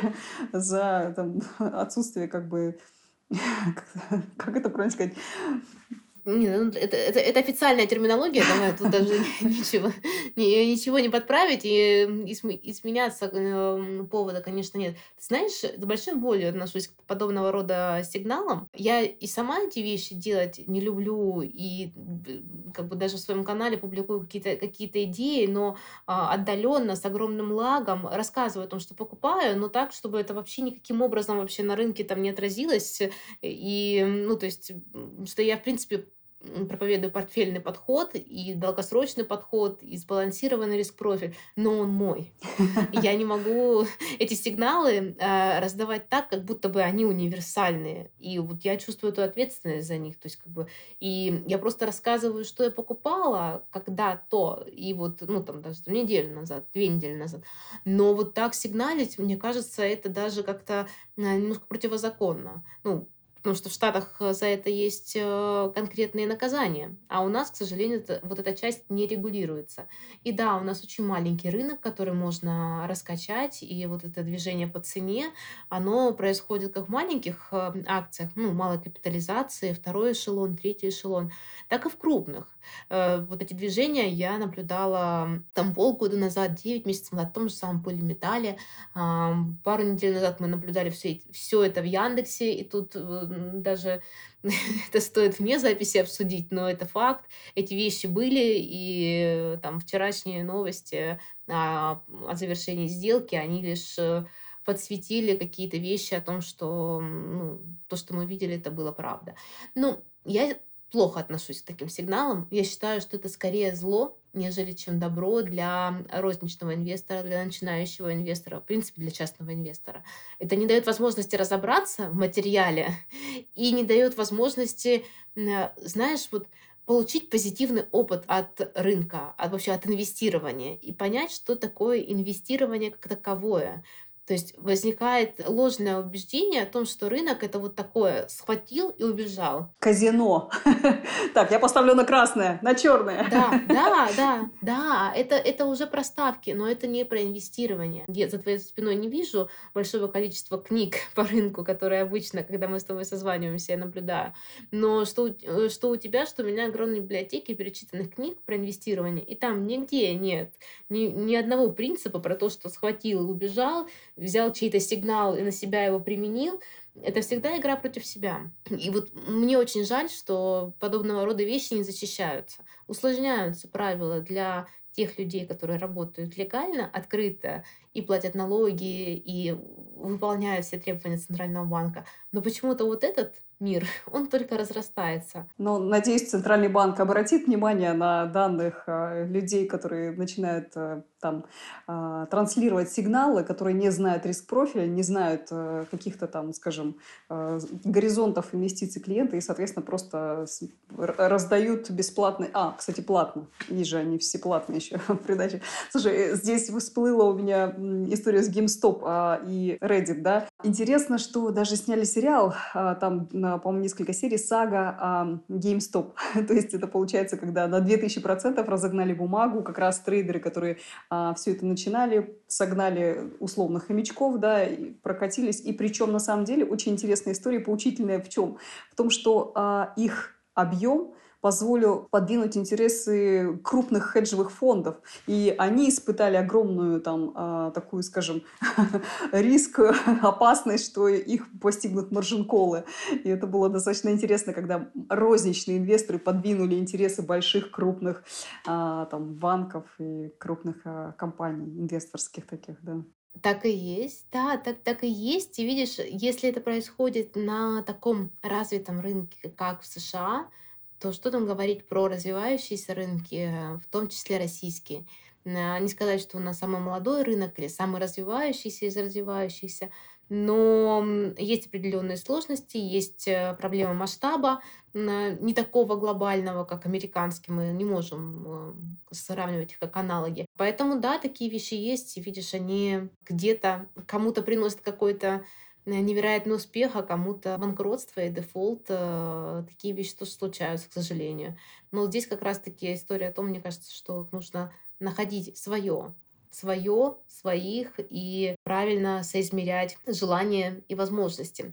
за там, отсутствие как бы как, как это правильно сказать? Не, ну это это это официальная терминология, давай тут даже ничего ни ничего не подправить, и, м, и сме и сменяться, эм, повода, конечно, нет. Ты знаешь, с большой болью отношусь к подобного рода сигналам. Я и сама эти вещи делать не люблю, и д как бы даже в своем канале публикую какие-то какие-то идеи, но, а, отдаленно, с огромным лагом рассказываю о том, что покупаю, но так, чтобы это вообще никаким образом вообще на рынке там не отразилось. И, ну, то есть, м, что я, в принципе, м, проповедую портфельный подход и долгосрочный подход, и сбалансированный риск-профиль, но он мой. И я не могу эти сигналы, а, раздавать так, как будто бы они универсальные. И вот я чувствую эту ответственность за них. То есть как бы и я просто рассказываю, что я покупала когда-то, и вот, ну, там даже там неделю назад, две недели назад. Но вот так сигналить, мне кажется, это даже как-то, а, немножко противозаконно. Ну, потому что в Штатах, э, за это есть, э, конкретные наказания, а у нас, к сожалению, эта вот эта часть не регулируется. И да, у нас очень маленький рынок, который можно раскачать, и вот это движение по цене, оно происходит как в маленьких, э, акциях, ну, малой капитализации, второй эшелон, третий эшелон, так и в крупных. Э, вот эти движения я наблюдала, м, там полгода назад, девять месяцев назад, в том же самом Полиметалле. Ам, пару недель назад мы наблюдали все все это в "Яндексе", и тут, э, м, даже это стоит вне записи обсудить, но это факт. Эти вещи были, и, э, там вчерашние новости, а, о завершении сделки, они лишь, э, подсветили какие-то вещи о том, что, м, ну, то, что мы видели, это было правда. Ну, я плохо отношусь к таким сигналам. Я считаю, что это скорее зло, нежели чем добро для розничного инвестора, для начинающего инвестора, в принципе, для частного инвестора. Это не дает возможности разобраться в материале и не дает возможности, м, знаешь, вот получить позитивный опыт от рынка, от вообще от инвестирования и понять, что такое инвестирование как таковое. То есть возникает ложное убеждение о том, что рынок это вот такое: схватил и убежал. Казино. Так, я поставлю на красное, на черное. Да, да, да, да, это, это уже про ставки, но это не про инвестирование. Я за твоей спиной не вижу большого количества книг по рынку, которые обычно, когда мы с тобой созваниваемся, я наблюдаю. Но что, у т- э, что у тебя, что у меня огромные библиотеки перечитанных книг про инвестирование, и там нигде нет ни, ни одного принципа про то, что схватил и убежал, взял чей-то сигнал и на себя его применил. Это всегда игра против себя. И вот мне очень жаль, что подобного рода вещи не защищаются. Усложняются правила для тех людей, которые работают легально, открыто и платят налоги, и выполняют все требования Центрального банка. Но почему-то вот этот мир, он только разрастается. Но, надеюсь, Центральный банк обратит внимание на данных а, людей, которые начинают а, там а, транслировать сигналы, которые не знают риск-профиля, не знают а, каких-то там, скажем, а, горизонтов инвестиций клиента и, соответственно, просто с- р- раздают бесплатно. А, кстати, платно. Есть же они все платные еще в придаче. Слушай, э, здесь всплыла у меня м, история с GameStop а, и Reddit, да. Интересно, что даже сняли сериал, а, там, на, по-моему, несколько серий, сага о GameStop. То есть это получается, когда на две тысячи процентов разогнали бумагу, как раз трейдеры, которые а, все это начинали, согнали условно хомячков, да, и прокатились. И причем, на самом деле, очень интересная история, поучительная в чем? В том, что а, их объем позволил подвинуть интересы крупных хеджевых фондов. И они испытали огромную там а, такую, скажем, риск, опасность, что их постигнут маржин-колы. И это было достаточно интересно, когда розничные инвесторы подвинули интересы больших, крупных а, там, банков и крупных а, компаний инвесторских таких, да. Так и есть, да, так, так и есть. И видишь, если это происходит на таком развитом рынке, как в С Ш А, то что там говорить про развивающиеся рынки, э, в том числе российские. На- Не сказать, что у нас самый молодой рынок или самый развивающийся из развивающихся, но м, есть определенные сложности, есть э, проблема масштаба, м, не такого глобального, как американский, мы не можем э, сравнивать их как аналоги. Поэтому да, такие вещи есть, и видишь, они где-то кому-то приносят какой-то э, невероятный успех, а кому-то банкротство и дефолт. э, Такие вещи тоже случаются, к сожалению. Но здесь как раз-таки история о том, мне кажется, что нужно находить свое. свое, своих и правильно соизмерять желания и возможности.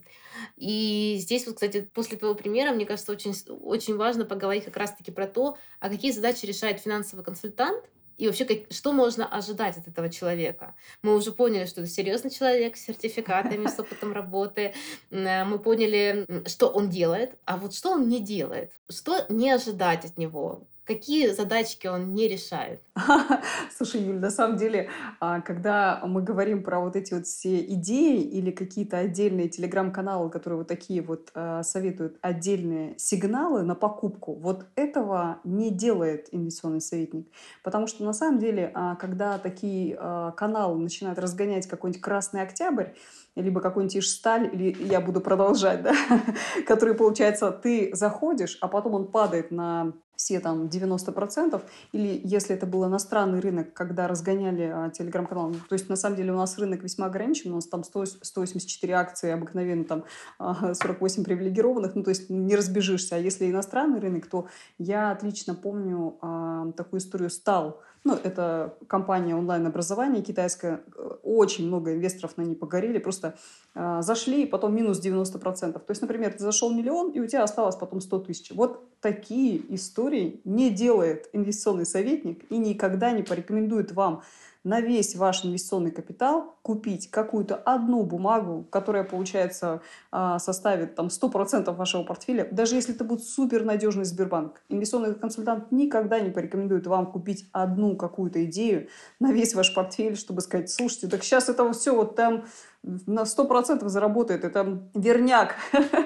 И здесь вот, кстати, после твоего примера, мне кажется, очень, с- очень важно поговорить как раз-таки про то, а какие задачи решает финансовый консультант, и вообще, как- что можно ожидать от этого человека? Мы уже поняли, что это серьезный человек с сертификатами, с опытом работы. М, э, Мы поняли, м, что он делает, а вот что он не делает? Что не ожидать от него? Какие задачки он не решает? Слушай, Юль, на самом деле, а, когда мы говорим про вот эти вот все идеи или какие-то отдельные телеграм-каналы, которые вот такие вот а, советуют отдельные сигналы на покупку, вот этого не делает инвестиционный советник. Потому что на самом деле, а, когда такие а, каналы начинают разгонять какой-нибудь «Красный Октябрь», либо какой-нибудь «Ишсталь», или я буду продолжать, да, который, получается, ты заходишь, а потом он падает на все там девяносто процентов, или если это был иностранный рынок, когда разгоняли а, телеграм-канал. Ну, то есть, на самом деле, у нас рынок весьма ограничен. У нас там сто, сто восемьдесят четыре акции, обыкновенно там а, сорок восемь привилегированных. Ну, то есть, не разбежишься. А если иностранный рынок, то я отлично помню а, такую историю «Стал». Ну, это компания онлайн-образования китайская. Э, Очень много инвесторов на ней погорели. Просто а, зашли, и потом минус девяносто процентов. То есть, например, ты зашел миллион, и у тебя осталось потом сто тысяч. Вот такие истории не делает инвестиционный советник и никогда не порекомендует вам на весь ваш инвестиционный капитал купить какую-то одну бумагу, которая, получается, а, составит там сто процентов вашего портфеля, даже если это будет супер надежный Сбербанк. Инвестиционный консультант никогда не порекомендует вам купить одну какую-то идею на весь ваш портфель, чтобы сказать: слушайте, так сейчас это все вот там на сто процентов заработает, это верняк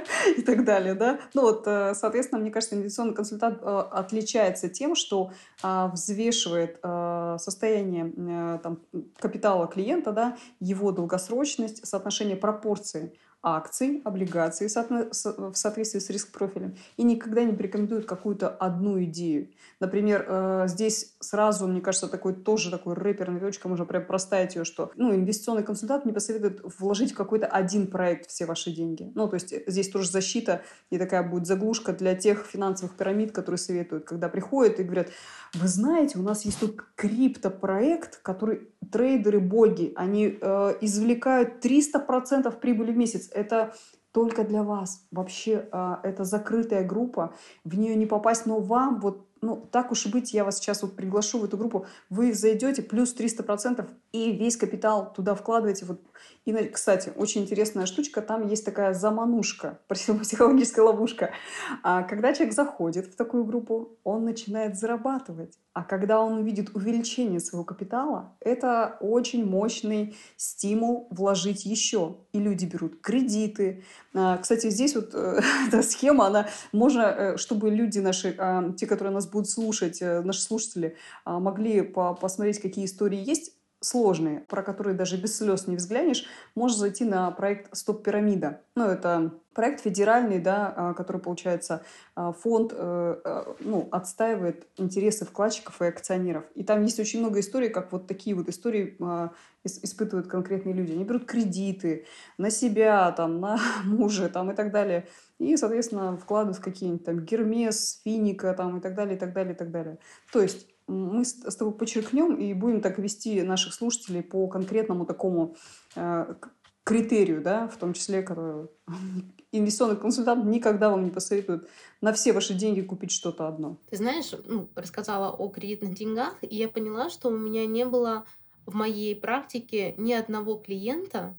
и так далее, да. Ну вот, э, соответственно, мне кажется, инвестиционный консультант э, отличается тем, что а, взвешивает э, состояние э, там, капитала клиента, да, его долгосрочность, соотношение пропорций акций, облигаций соотно- с- в соответствии с риск-профилем и никогда не порекомендует какую-то одну идею. Например, э, здесь сразу, мне кажется, такой тоже такой рэперная точка, можно прям проставить ее, что ну, инвестиционный консультант не посоветует вложить в какой-то один проект все ваши деньги. Ну, то есть э, здесь тоже защита и такая будет заглушка для тех финансовых пирамид, которые советуют, когда приходят и говорят: вы знаете, у нас есть тут криптопроект, который трейдеры-боги, они э, извлекают триста процентов прибыли в месяц. Это только для вас. Вообще, а, это закрытая группа, в нее не попасть, но вам вот, ну, так уж и быть, я вас сейчас вот приглашу в эту группу, вы зайдете, плюс триста процентов, и весь капитал туда вкладываете. Вот. И, на- кстати, очень интересная штучка, там есть такая заманушка, психологическая ловушка. А когда человек заходит в такую группу, он начинает зарабатывать. А когда он увидит увеличение своего капитала, это очень мощный стимул вложить еще. И люди берут кредиты. А, Кстати, здесь вот э, эта схема, она можно, э, чтобы люди наши, а, те, которые нас будут слушать, э, наши слушатели, а, могли по- посмотреть, какие истории есть сложные, про которые даже без слез не взглянешь, можно зайти на проект «Стоп-пирамида». Ну, это проект федеральный, да, а, который, получается, а, фонд э, э, ну, отстаивает интересы вкладчиков и акционеров. И там есть очень много историй, как вот такие вот истории а, ис- испытывают конкретные люди. Они берут кредиты на себя, там, на мужа там, и так далее. И, соответственно, вкладывают в какие-нибудь там Гермес, Финика там, и так далее, и так далее, и так далее. То есть мы с с тобой подчеркнем и будем так вести наших слушателей по конкретному такому э, к- критерию, да, в том числе, который инвестиционный консультант никогда вам не посоветует на все ваши деньги купить что-то одно. Ты знаешь, ну, рассказала о кредитных деньгах, и я поняла, что у меня не было в моей практике ни одного клиента,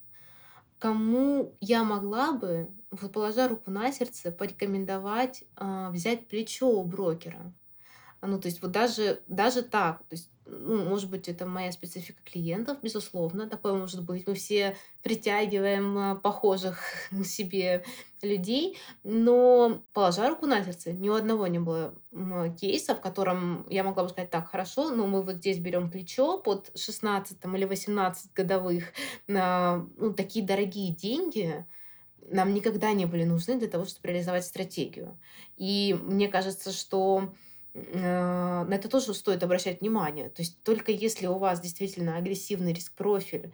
кому я могла бы, вот положа руку на сердце, порекомендовать а, взять плечо у брокера. А, ну, то есть вот даже, даже так, то есть, ну, может быть, это моя специфика клиентов, безусловно, такое может быть. Мы все притягиваем а, похожих себе людей, но, положа руку на сердце, ни у одного не было м, кейса, в котором я могла бы сказать: так, хорошо, ну, мы вот здесь берем плечо под шестнадцать там, или восемнадцать годовых, на, ну, такие дорогие деньги, нам никогда не были нужны для того, чтобы реализовать стратегию. И мне кажется, что э, на это тоже стоит обращать внимание. То есть только если у вас действительно агрессивный риск-профиль,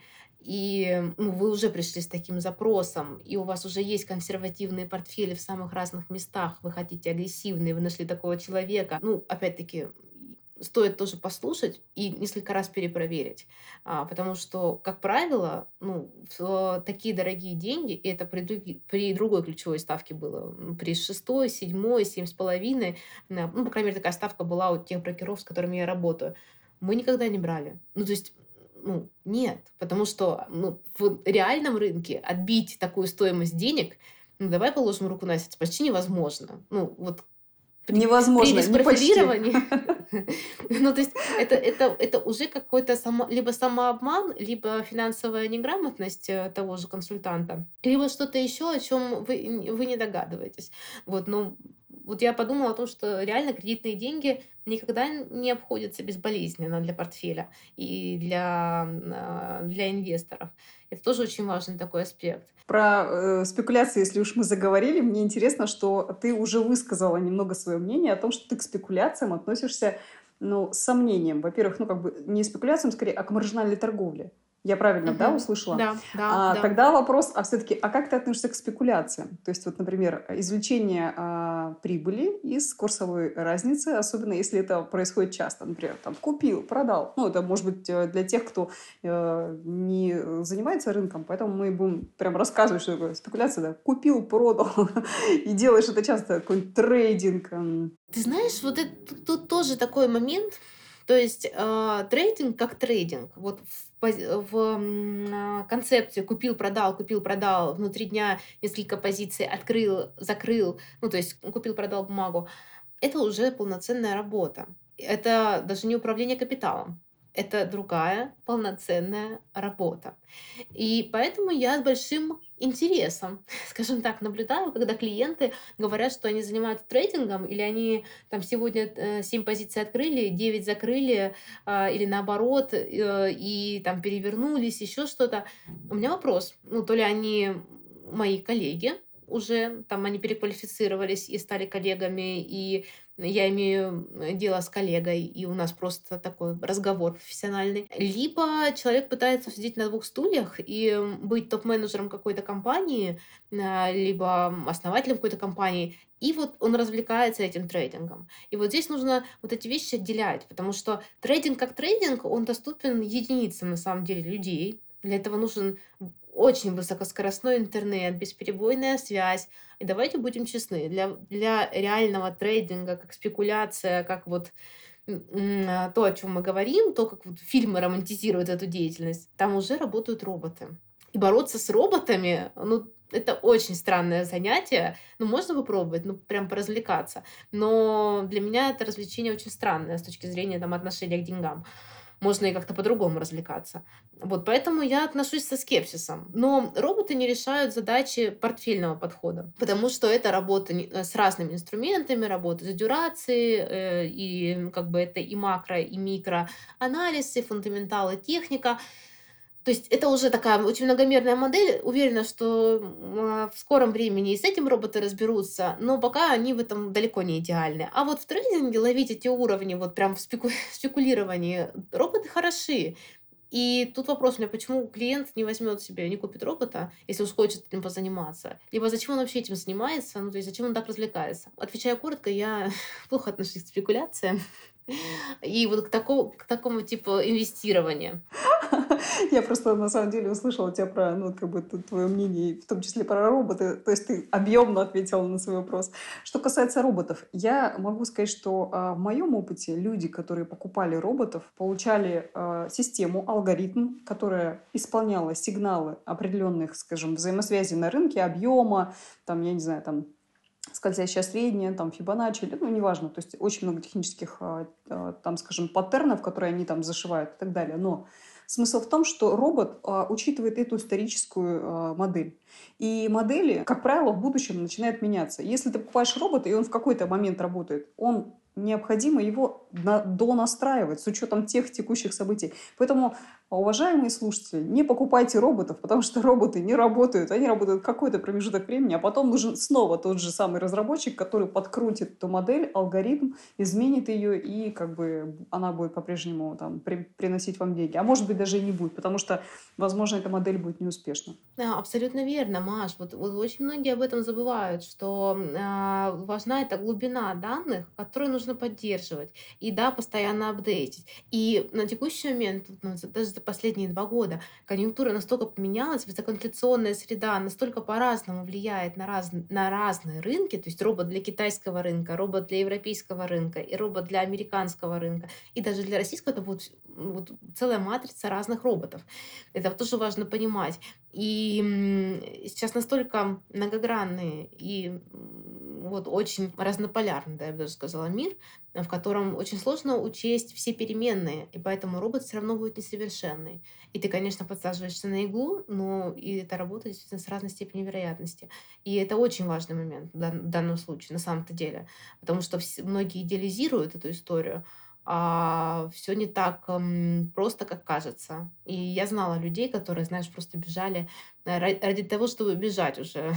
и ну, вы уже пришли с таким запросом, и у вас уже есть консервативные портфели в самых разных местах, вы хотите агрессивные, вы нашли такого человека. Ну, опять-таки, стоит тоже послушать и несколько раз перепроверить. А, потому что, как правило, ну, в такие дорогие деньги, и это при, други- при другой ключевой ставке было, м, при шестой, седьмой, семь с половиной, на- ну, по крайней мере, такая ставка была у тех брокеров, с которыми я работаю, мы никогда не брали. Ну, то есть, ну, нет, потому что ну, в реальном рынке отбить такую стоимость денег, ну, давай положим руку на сердце, почти невозможно. Ну, вот при, при Невозможно, не почти. распрофилировании, ну, то есть это, это, это уже какой-то само, либо самообман, либо финансовая неграмотность э, того же консультанта, либо что-то еще, о чем вы, н- вы не догадываетесь. Вот, ну, вот я подумала о том, что реально кредитные деньги никогда не обходятся безболезненно для портфеля и для, а, для инвесторов. Это тоже очень важный такой аспект. Про э, спекуляции, если уж мы заговорили, мне интересно, что ты уже высказала немного свое мнение о том, что ты к спекуляциям относишься, ну, с сомнением. Во-первых, ну, как бы не спекуляциям, скорее, а к маржинальной торговле. Я правильно, да, Мгм. услышала? Да, да, А, да. тогда вопрос, а все-таки, а как ты относишься к спекуляциям? То есть, вот, например, извлечение а, прибыли из курсовой разницы, особенно если это происходит часто. Например, там, купил, продал. Ну, это может быть э, для тех, кто э, не занимается рынком, поэтому мы будем прям рассказывать, что такое спекуляция, да, купил, продал, и делаешь это часто, какой-нибудь трейдинг. эм. Ты знаешь, вот это тут, тут тоже такой момент. То есть а, трейдинг как трейдинг. Вот в, пози- в, м, а, концепции купил-продал, купил-продал, внутри дня несколько позиций открыл, закрыл, ну то есть купил-продал бумагу. Это уже полноценная работа. Это даже не управление капиталом. Это другая полноценная работа. И поэтому я с большим интересом, скажем так, наблюдаю, когда клиенты говорят, что они занимаются трейдингом, или они там сегодня э, семь позиций открыли, девять закрыли, а, или наоборот, э, и там перевернулись, еще что-то. У меня вопрос, ну, то ли они мои коллеги, уже там они переквалифицировались и стали коллегами, и я имею э, дело с коллегой, и у нас просто такой разговор профессиональный. Либо человек пытается сидеть на двух стульях и м, быть топ-менеджером какой-то компании, а, либо основателем какой-то компании, и вот он развлекается этим трейдингом. И вот здесь нужно вот эти вещи отделять, потому что трейдинг как трейдинг, он доступен единицам на самом деле людей. Для этого нужен очень высокоскоростной интернет, бесперебойная связь. И давайте будем честны, для, для реального трейдинга, как спекуляция, как вот м, м, а, то, о чем мы говорим, то, как вот фильмы романтизируют эту деятельность, там уже работают роботы. И бороться с роботами, ну, это очень странное занятие. Ну, можно попробовать, ну, прям поразвлекаться. Но для меня это развлечение очень странное с точки зрения там, отношения к деньгам. Можно и как-то по-другому развлекаться. Вот поэтому я отношусь со скепсисом. Но роботы не решают задачи портфельного подхода, потому что это работа не- э, с разными инструментами, работа с дюрацией, э, и как бы это и макро, и микро анализ, и фундаменталы, техника. То есть это уже такая очень многомерная модель. Уверена, что м, а, в скором времени и с этим роботы разберутся, но пока они в этом далеко не идеальны. А вот в трейдинге ловить эти уровни, вот прям в спеку- спекулировании, роботы хороши. И тут вопрос у меня, почему клиент не возьмет себе, не купит робота, если уж хочет этим позаниматься? Либо зачем он вообще этим занимается? Ну, то есть зачем он так развлекается? Отвечая коротко, я плохо отношусь к спекуляциям и вот к такому, к такому типу инвестирования. Я просто на самом деле услышала тебя про, ну, как бы тут твое мнение, и в том числе про роботы, то есть ты объемно ответила на свой вопрос. Что касается роботов, я могу сказать, что а, в моем опыте люди, которые покупали роботов, получали а, систему, алгоритм, которая исполняла сигналы определенных, скажем, взаимосвязей на рынке, объема, там, я не знаю, там, скользящая средняя, там, Фибоначчи, ну, неважно, то есть очень много технических, а, а, там, скажем, паттернов, которые они там зашивают и так далее, но смысл в том, что робот а, учитывает эту историческую а, модель. И модели, как правило, в будущем начинают меняться. Если ты покупаешь робота, и он в какой-то момент работает, он необходимо его на- донастраивать с учетом тех текущих событий. Поэтому, уважаемые слушатели, не покупайте роботов, потому что роботы не работают. Они работают какой-то промежуток времени, а потом нужен снова тот же самый разработчик, который подкрутит эту модель, алгоритм, изменит ее, и как бы она будет по-прежнему там при- приносить вам деньги. А может быть, даже и не будет, потому что, возможно, эта модель будет неуспешна. Да, абсолютно верно, Маш. Вот, вот очень многие об этом забывают, что м, а, важна эта глубина данных, которую нужно поддерживать. и, да, постоянно апдейтить. И на текущий момент, вот, ну, за- даже за последние два года, конъюнктура настолько поменялась, высокоинфляционная среда настолько по-разному влияет на, раз, на разные рынки, то есть робот для китайского рынка, робот для европейского рынка и робот для американского рынка, и даже для российского это будет м, вот целая матрица разных роботов. Это вот тоже важно понимать. И м, сейчас настолько многогранный и м, вот очень разнополярный, да, я бы даже сказала, мир, э, в котором очень сложно учесть все переменные, и поэтому робот все равно будет несовершенный. И ты, конечно, подсаживаешься на иглу, но и это работает действительно с разной степенью вероятности. И это очень важный момент в дан- в данном случае, на самом-то деле. Потому что вс- многие идеализируют эту историю, а все не так м, просто, как кажется. И я знала людей, которые, знаешь, просто бежали э, ра- ради того, чтобы бежать уже.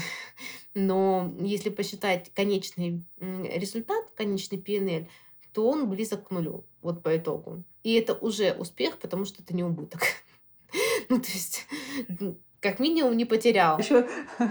Но если посчитать конечный м, результат, конечный P N L, то он близок к нулю, вот по итогу. И это уже успех, потому что это не убыток. Ну, то есть, м, как минимум не потерял. Еще,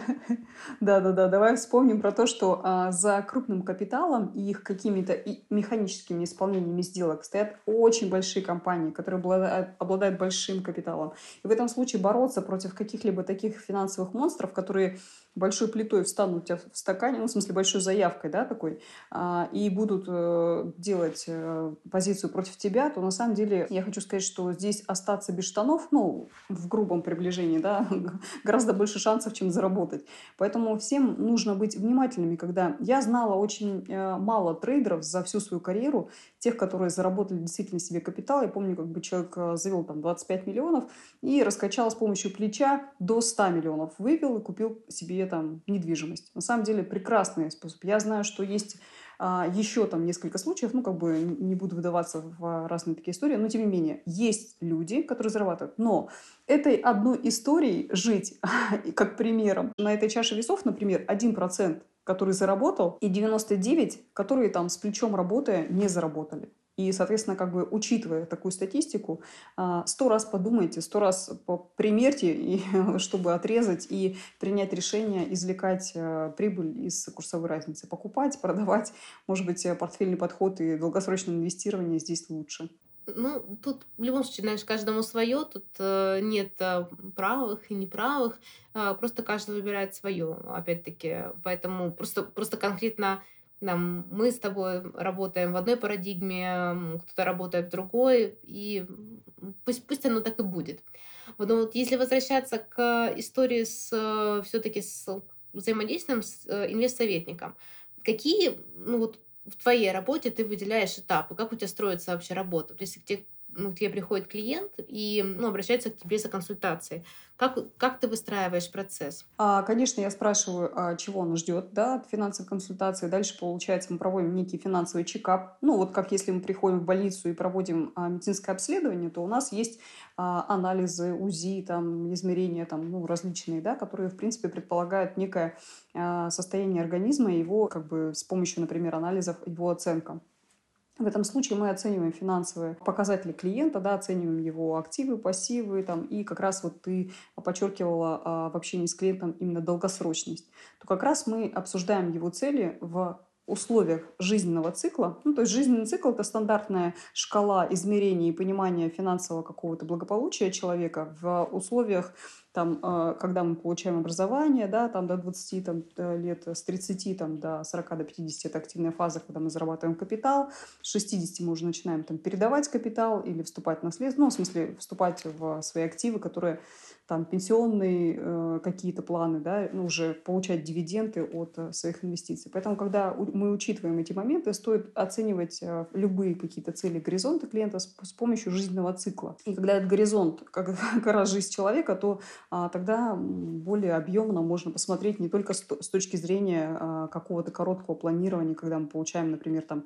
да-да-да, давай вспомним про то, что а, за крупным капиталом и их какими-то и механическими исполнениями сделок стоят очень большие компании, которые обладают, обладают большим капиталом. И в этом случае бороться против каких-либо таких финансовых монстров, которые большой плитой встанут у тебя в стакане, ну, в смысле, большой заявкой, да, такой, а, и будут э, делать э, позицию против тебя, то на самом деле я хочу сказать, что здесь остаться без штанов, ну, в грубом приближении, да, гораздо больше шансов, чем заработать. Поэтому всем нужно быть внимательными, когда я знала очень э, мало трейдеров за всю свою карьеру, тех, которые заработали действительно себе капитал. Я помню, как бы человек э, завел там двадцать пять миллионов и раскачал с помощью плеча до ста миллионов, вывел и купил себе там недвижимость. На самом деле прекрасный способ. Я знаю, что есть а, еще там несколько случаев, ну, как бы н- не буду выдаваться в разные такие истории, но тем не менее, есть люди, которые зарабатывают. Но этой одной историей жить, как примером, на этой чаше весов, например, один процент, который заработал, и девяносто девять, которые там с плечом работая не заработали. И, соответственно, как бы учитывая такую статистику, а, сто раз подумайте, сто раз по- примерьте, и, чтобы отрезать и принять решение извлекать э, прибыль из курсовой разницы. Покупать, продавать, может быть, э, портфельный подход и долгосрочное инвестирование здесь лучше. Ну, тут в любом случае, знаешь, каждому свое, тут э, нет э, правых и неправых, а, просто каждый выбирает свое, опять-таки. Поэтому просто, просто конкретно нам, мы с тобой работаем в одной парадигме, м, кто-то работает в другой, и м, пусть, пусть оно так и будет. Вот, но вот если возвращаться к истории с все-таки с взаимодействием с э, инвестсоветником, какие, ну вот в твоей работе ты выделяешь этапы? Как у тебя строится вообще работа? То есть, к те ну, к тебе приходит клиент и, ну, обращается к тебе за консультацией. Как как ты выстраиваешь процесс? А, конечно, я спрашиваю, а, чего он ждет, да, от финансовой консультации. Дальше, получается, мы проводим некий финансовый чекап. Ну, вот как если мы приходим в больницу и проводим а, медицинское обследование, то у нас есть а, анализы, УЗИ, там, измерения, там, ну, различные, да, которые, в принципе, предполагают некое а, состояние организма, и его, как бы, с помощью, например, анализов, его оценка. В этом случае мы оцениваем финансовые показатели клиента, да, оцениваем его активы, пассивы, там, и как раз вот ты подчеркивала а, в общении с клиентом именно долгосрочность, то как раз мы обсуждаем его цели в условиях жизненного цикла. Ну, то есть жизненный цикл – это стандартная шкала измерения и понимания финансового какого-то благополучия человека в условиях, там, э, когда мы получаем образование, да, там, до двадцати там, э, лет, с тридцати там, до сорока, до пятидесяти – это активная фаза, когда мы зарабатываем капитал, с шестидесяти мы уже начинаем там передавать капитал или вступать в наследство, ну, в смысле, вступать в свои активы, которые там пенсионные э, какие-то планы, да, ну, уже получать дивиденды от э, своих инвестиций. Поэтому, когда у- мы учитываем эти моменты, стоит оценивать э, любые какие-то цели, горизонты клиента с, с помощью жизненного цикла. И когда этот горизонт, как, как раз жизнь человека, то а, тогда м, более объемно можно посмотреть не только с, то- с точки зрения а, какого-то короткого планирования, когда мы получаем, например, там,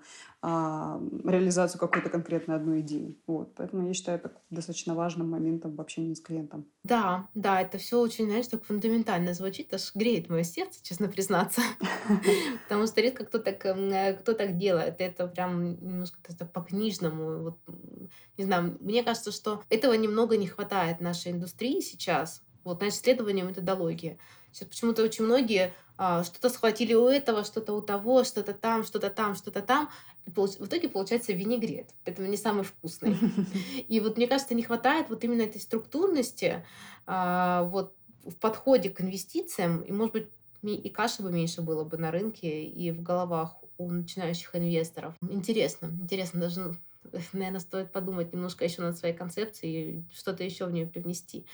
а, реализацию какой-то конкретной одной идеи. Вот. Поэтому я считаю это достаточно важным моментом в общении с клиентом. Да, да, это все очень, знаешь, так фундаментально звучит, аж греет мое сердце, честно признаться. Потому что редко кто так, эм, э, кто так делает. Это прям немножко так по-книжному. Вот, м, не знаю, мне кажется, что этого немного не хватает нашей индустрии сейчас. Вот, знаешь, исследование методологии. Сейчас почему-то очень многие а, что-то схватили у этого, что-то у того, что-то там, что-то там, что-то там. И получ- в итоге получается винегрет. Поэтому не самый вкусный. И вот мне кажется, не хватает вот именно этой структурности а, вот в подходе к инвестициям. И, может быть, ми- и каши бы меньше было бы на рынке и в головах у начинающих инвесторов. Интересно, интересно, даже, наверное, стоит подумать немножко еще над своей концепцией и что-то еще в нее привнести.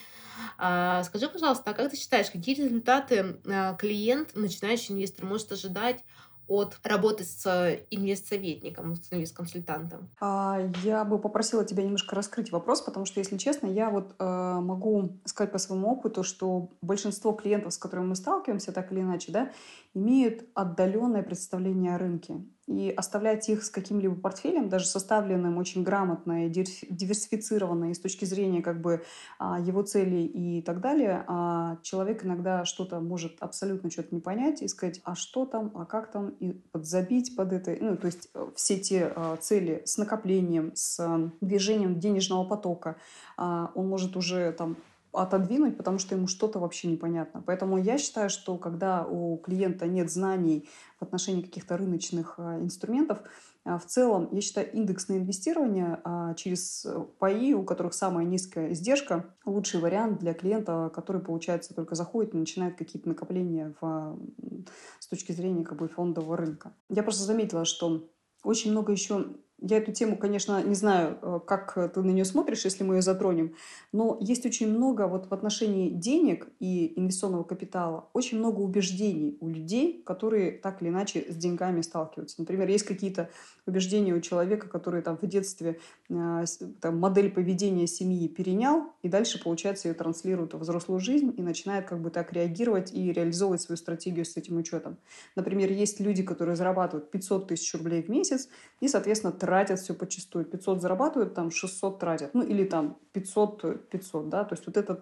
А, скажи, пожалуйста, а как ты считаешь, какие результаты а, клиент, начинающий инвестор, может ожидать от работы с э, инвестсоветником, с инвестконсультантом? А, Я бы попросила тебя немножко раскрыть вопрос, потому что, если честно, я вот э, могу сказать по своему опыту, что большинство клиентов, с которыми мы сталкиваемся, так или иначе, да, имеют отдаленное представление о рынке. И оставлять их с каким-либо портфелем, даже составленным очень грамотно и диверси- диверсифицированно и с точки зрения как бы а, его целей и так далее, а человек иногда что-то может абсолютно что-то не понять и сказать, а что там, а как там, и подзабить под это. Ну, то есть э, все те а, цели с накоплением, с а, движением денежного потока, а, он может уже там отодвинуть, потому что ему что-то вообще непонятно. Поэтому я считаю, что когда у клиента нет знаний в отношении каких-то рыночных а, инструментов, а, в целом, я считаю, индексное инвестирование а, через э, паи, у которых самая низкая издержка, лучший вариант для клиента, который, получается, только заходит и начинает какие-то накопления в, а, м, с точки зрения как бы фондового рынка. Я просто заметила, что очень много еще... Я эту тему, конечно, не знаю, э, как э, ты на нее смотришь, если мы ее затронем, но есть очень много вот в отношении денег и инвестиционного капитала, очень много убеждений у людей, которые так или иначе с деньгами сталкиваются. Например, есть какие-то убеждения у человека, который там в детстве а, с- там, модель поведения семьи перенял, и дальше, получается, ее транслирует во взрослую жизнь и начинает как бы так реагировать и реализовывать свою стратегию с этим учетом. Например, есть люди, которые зарабатывают пятьсот тысяч рублей в месяц и, соответственно, тратят все почастую. пятьсот зарабатывают, там шестьсот тратят. Ну, или там пятьсот, э, пятьсот, да. То есть вот этот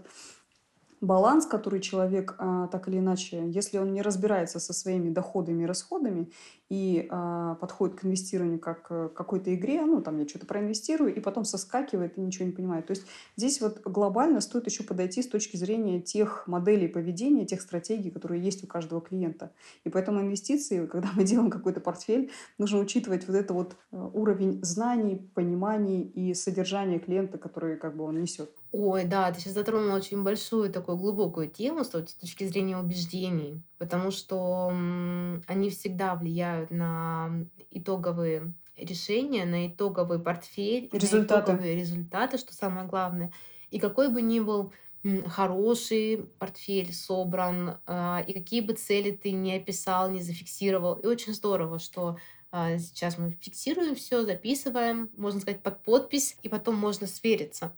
баланс, который человек а, так или иначе, если он не разбирается со своими доходами и расходами и а, подходит к инвестированию как э, к какой-то игре, ну, там я что-то проинвестирую, и потом соскакивает и ничего не понимает. То есть здесь вот глобально стоит еще подойти с точки зрения тех моделей поведения, тех стратегий, которые есть у каждого клиента. И поэтому инвестиции, когда мы делаем какой-то портфель, нужно учитывать вот это вот э, уровень знаний, пониманий и содержания клиента, который как бы он несет. Ой, да, ты сейчас затронула очень большую такую глубокую тему с точ- с точки зрения убеждений, потому что м, они всегда влияют на итоговые решения, на итоговый портфель и на Результаты. итоговые результаты, что самое главное. И какой бы ни был м, хороший портфель собран, а, и какие бы цели ты не описал, не зафиксировал, и очень здорово, что а, сейчас мы фиксируем все, записываем, можно сказать, под подпись, и потом можно свериться.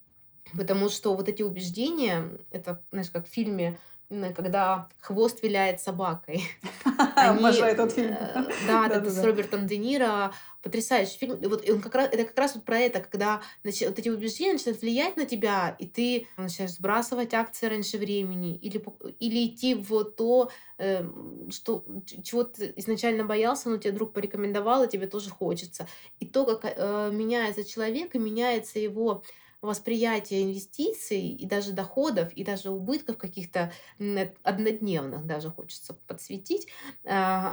Потому что вот эти убеждения, это, знаешь, как в фильме, м, когда хвост виляет собакой. Они, Обожаю этот фильм. э, да, это с Да-да-да. Робертом Де Ниро, потрясающий фильм. И вот и он как раз, это как раз вот про это, когда начи- вот эти убеждения начинают влиять на тебя, и ты начинаешь сбрасывать акции раньше времени, или, пок- или идти в то, эм, что, ч- чего ты изначально боялся, но тебе друг порекомендовал, и тебе тоже хочется. И то, как э, меняется человек, и меняется его восприятие инвестиций и даже доходов, и даже убытков каких-то м, однодневных даже хочется подсветить, а,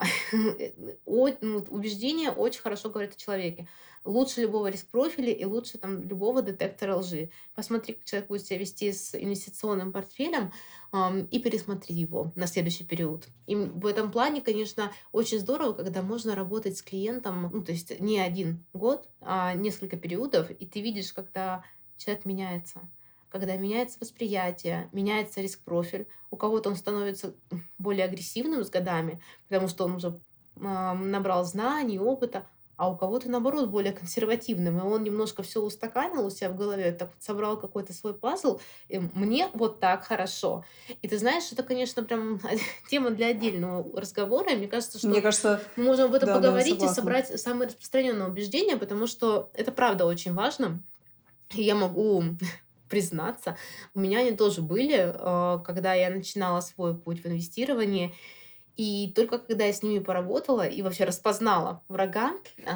о ну, вот убеждения очень хорошо говорят о человеке. Лучше любого риск-профиля и лучше там любого детектора лжи. Посмотри, как человек будет себя вести с инвестиционным портфелем, ам, и пересмотри его на следующий период. И м, в этом плане, конечно, очень здорово, когда можно работать с клиентом, ну, то есть не один год, а несколько периодов, и ты видишь, когда человек меняется. Когда меняется восприятие, меняется риск-профиль. У кого-то он становится более агрессивным с годами, потому что он уже ам, набрал знаний, опыта, а у кого-то, наоборот, более консервативным, и он немножко все устаканил у себя в голове, так вот собрал какой-то свой пазл, и мне вот так хорошо. И ты знаешь, это, конечно, прям тема для отдельного разговора, и мне кажется, Мне что кажется, мы можем об этом да-да, поговорить и согласна. собрать самые распространенные убеждения, потому что это правда очень важно. И я могу признаться, у меня они тоже были, а, когда я начинала свой путь в инвестировании. И только когда я с ними поработала и вообще распознала врага,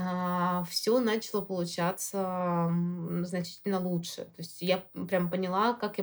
все начало получаться м, значительно лучше. То есть я прям поняла, как я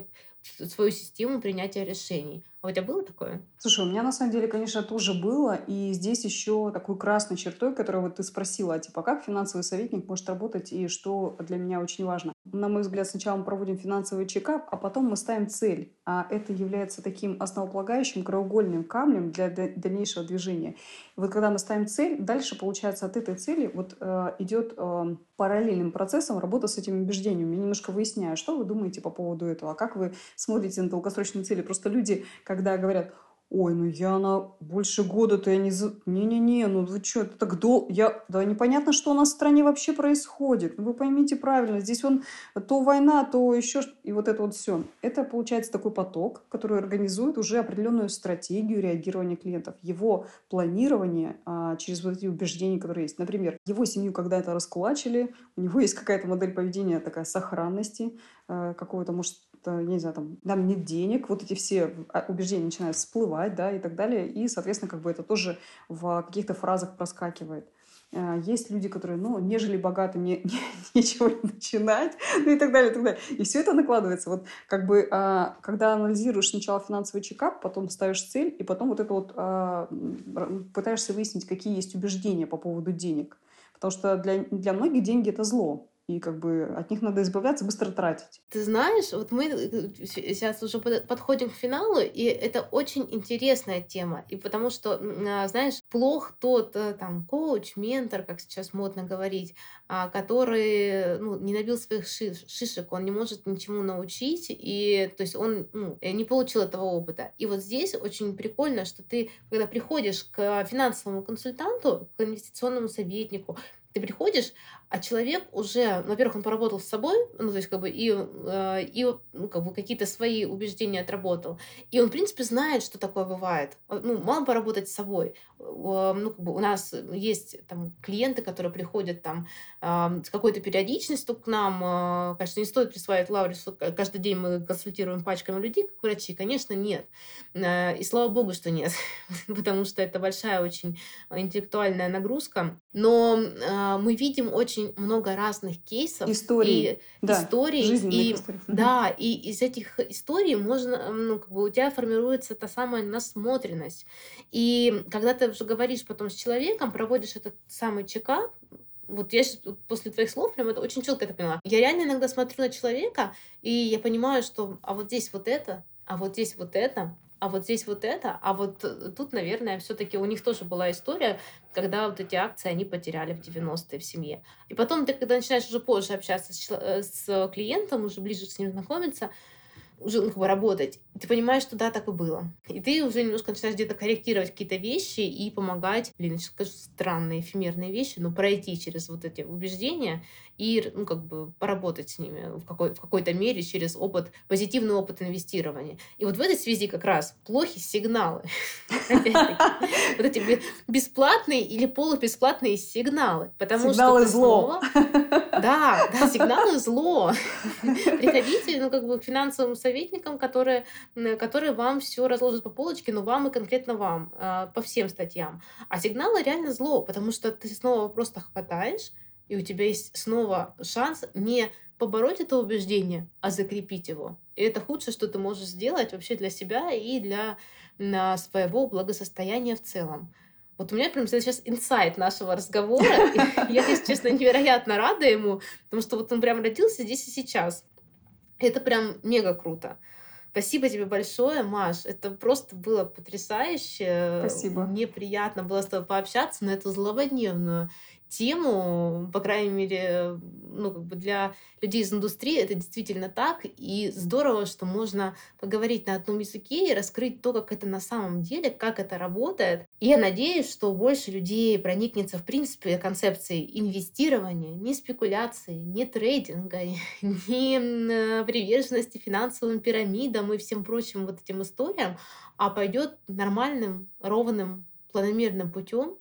с- свою систему принятия решений. А у тебя было такое? Слушай, у меня на самом деле, конечно, тоже было. И здесь еще такой красной чертой, которую вот ты спросила, а типа как финансовый советник может работать и что для меня очень важно. На мой взгляд, сначала мы проводим финансовый чекап, а потом мы ставим цель. А это является таким основополагающим краеугольным камнем для да- дальнейшего движения. И вот когда мы ставим цель, дальше, получается, от этой цели вот э, идет э, параллельным процессом работа с этими убеждениями. Я немножко выясняю, что вы думаете по поводу этого, а как вы смотрите на долгосрочные цели. Просто люди, когда говорят, ой, ну я на больше года-то я не... за- Не-не-не, ну вы что, это так долго... Я... Да непонятно, что у нас в стране вообще происходит. Ну вы поймите правильно, здесь он то война, то еще... ш- И вот это вот все. Это получается такой поток, который организует уже определенную стратегию реагирования клиентов. Его планирование а, через вот эти убеждения, которые есть. Например, его семью когда-то раскулачили, у него есть какая-то модель поведения такая сохранности, э, какого-то, может, э, я не знаю, там, нам нет денег, вот эти все а, убеждения начинают всплывать, да, и так далее, и, соответственно, как бы это тоже в каких-то фразах проскакивает. Э, Есть люди, которые, ну, нежели богаты, не, не- нечего не начинать, ну и так далее, и так далее. И все это накладывается. Вот как бы, а, когда анализируешь сначала финансовый чекап, потом ставишь цель, и потом вот это вот а, м, р- пытаешься выяснить, какие есть убеждения по поводу денег. Потому что для, для многих деньги – это зло. И как бы от них надо избавляться, быстро тратить. Ты знаешь, вот мы сейчас уже под- подходим к финалу, и это очень интересная тема. И потому что, м, а, знаешь, плох тот э, там коуч, ментор, как сейчас модно говорить, а, который ну, не набил своих шиш- шишек, он не может ничему научить, и то есть он ну, э, не получил этого опыта. И вот здесь очень прикольно, что ты, когда приходишь к финансовому консультанту, к инвестиционному советнику, ты приходишь, а человек уже, ну, во-первых, он поработал с собой, ну, то есть, как бы, и, э, и ну, как бы, какие-то свои убеждения отработал. И он, в принципе, знает, что такое бывает. Э, Ну, мало поработать с собой. Э, Ну, как бы, у нас есть там клиенты, которые приходят там ам, с какой-то периодичностью к нам. Э, Конечно, не стоит присваивать лавры, что к- каждый день мы консультируем пачками людей, как врачи. Конечно, нет. Э, И слава богу, что нет. Потому что это большая очень интеллектуальная нагрузка. Но а, мы видим очень много разных кейсов Истории, и да, историй, жизненных и историй. Мгм. да, и из этих историй можно, м, ну, как бы у тебя формируется та самая насмотренность. И когда ты уже говоришь потом с человеком, проводишь этот самый чекап, вот я щас вот после твоих слов прям это очень четко это поняла. Я реально иногда смотрю на человека, и я понимаю, что а вот здесь вот это, а вот здесь вот это, а вот здесь вот это, а вот э, тут, наверное, все-таки у них тоже была история, когда вот эти акции они потеряли в девяностые в семье. И потом ты, когда начинаешь уже позже общаться с, чело- э, с клиентом, уже ближе с ним знакомиться, уже, ну, как бы работать, ты понимаешь, что да, так и было. И ты уже немножко начинаешь где-то корректировать какие-то вещи и помогать, блин, я сейчас скажу странные, эфемерные вещи, но пройти через вот эти убеждения и, ну, как бы поработать с ними в, какой, в какой-то мере через опыт, позитивный опыт инвестирования. И вот в этой связи как раз плохи сигналы. Опять-таки, вот эти бе- бесплатные или полубесплатные сигналы, потому что Сигналы ты зло. снова да, да, сигналы зло. Приходите, ну, как бы к финансовым советникам, которые, м, которые вам все разложат по полочке, но вам и конкретно вам, а, по всем статьям. А сигналы реально зло, потому что ты снова просто хватаешь, и у тебя есть снова шанс не побороть это убеждение, а закрепить его. И это худшее, что ты можешь сделать вообще для себя и для на своего благосостояния в целом. Вот у меня прям сейчас инсайт нашего разговора. И я, если честно, невероятно рада ему, потому что вот он прям родился здесь и сейчас. Это прям мега круто. Спасибо тебе большое, Маш. Это просто было потрясающе. Спасибо. Мне приятно было с тобой пообщаться на эту злободневную тему. По крайней мере, ну, как бы для людей из индустрии это действительно так. И здорово, что можно поговорить на одном языке и раскрыть то, как это на самом деле, как это работает. И я надеюсь, что больше людей проникнется, в принципе, концепцией инвестирования, не спекуляции, не трейдинга, не м, э, приверженности финансовым пирамидам и всем прочим вот этим историям, а пойдет нормальным, ровным, планомерным путем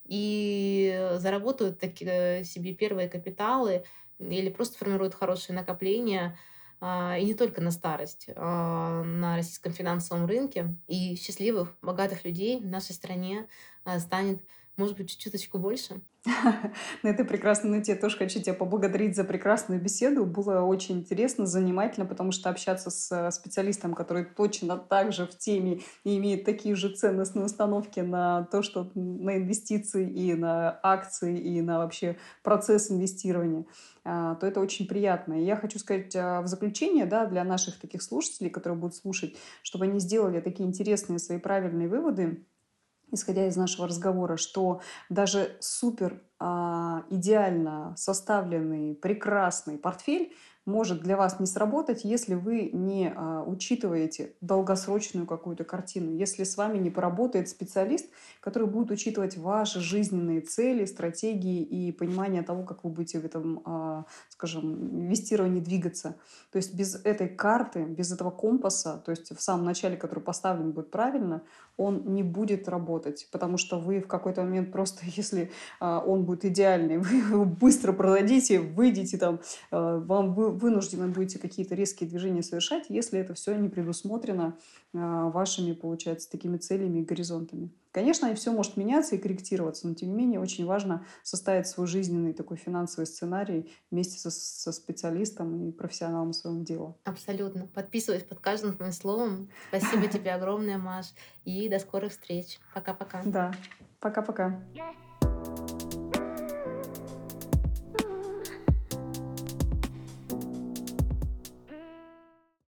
и э, заработают таки, себе первые капиталы или просто формируют хорошие накопления, а, и не только на старость, а, на российском финансовом рынке. И счастливых, богатых людей в нашей стране а, станет Может быть, чуть чуточку больше? На этой прекрасной ноте я тоже хочу тебя поблагодарить за прекрасную беседу. Было очень интересно, занимательно, потому что общаться с э, специалистом, который точно так же в теме и имеет такие же ценностные установки на то, что на инвестиции и на акции, и на вообще процесс инвестирования, а, то это очень приятно. И я хочу сказать а, в заключение, да, для наших таких слушателей, которые будут слушать, чтобы они сделали такие интересные свои правильные выводы, исходя из нашего разговора, что даже супер а, идеально составленный, прекрасный портфель может для вас не сработать, если вы не а, учитываете долгосрочную какую-то картину, если с вами не поработает специалист, который будет учитывать ваши жизненные цели, стратегии и понимание того, как вы будете в этом, а, скажем, инвестировании двигаться. То есть без этой карты, без этого компаса, то есть в самом начале, который поставлен будет правильно, он не будет работать, потому что вы в какой-то момент просто, если а, он будет идеальный, вы его быстро продадите, выйдете там, а, вам вы вынуждены будете какие-то резкие движения совершать, если это все не предусмотрено а, вашими, получается, такими целями и горизонтами. Конечно, все может меняться и корректироваться, но тем не менее очень важно составить свой жизненный такой финансовый сценарий вместе со, со специалистом и профессионалом своего дела. Абсолютно. Подписываюсь под каждым твоим словом. Спасибо тебе огромное, Маш, и до скорых встреч. Пока-пока. Да, пока-пока.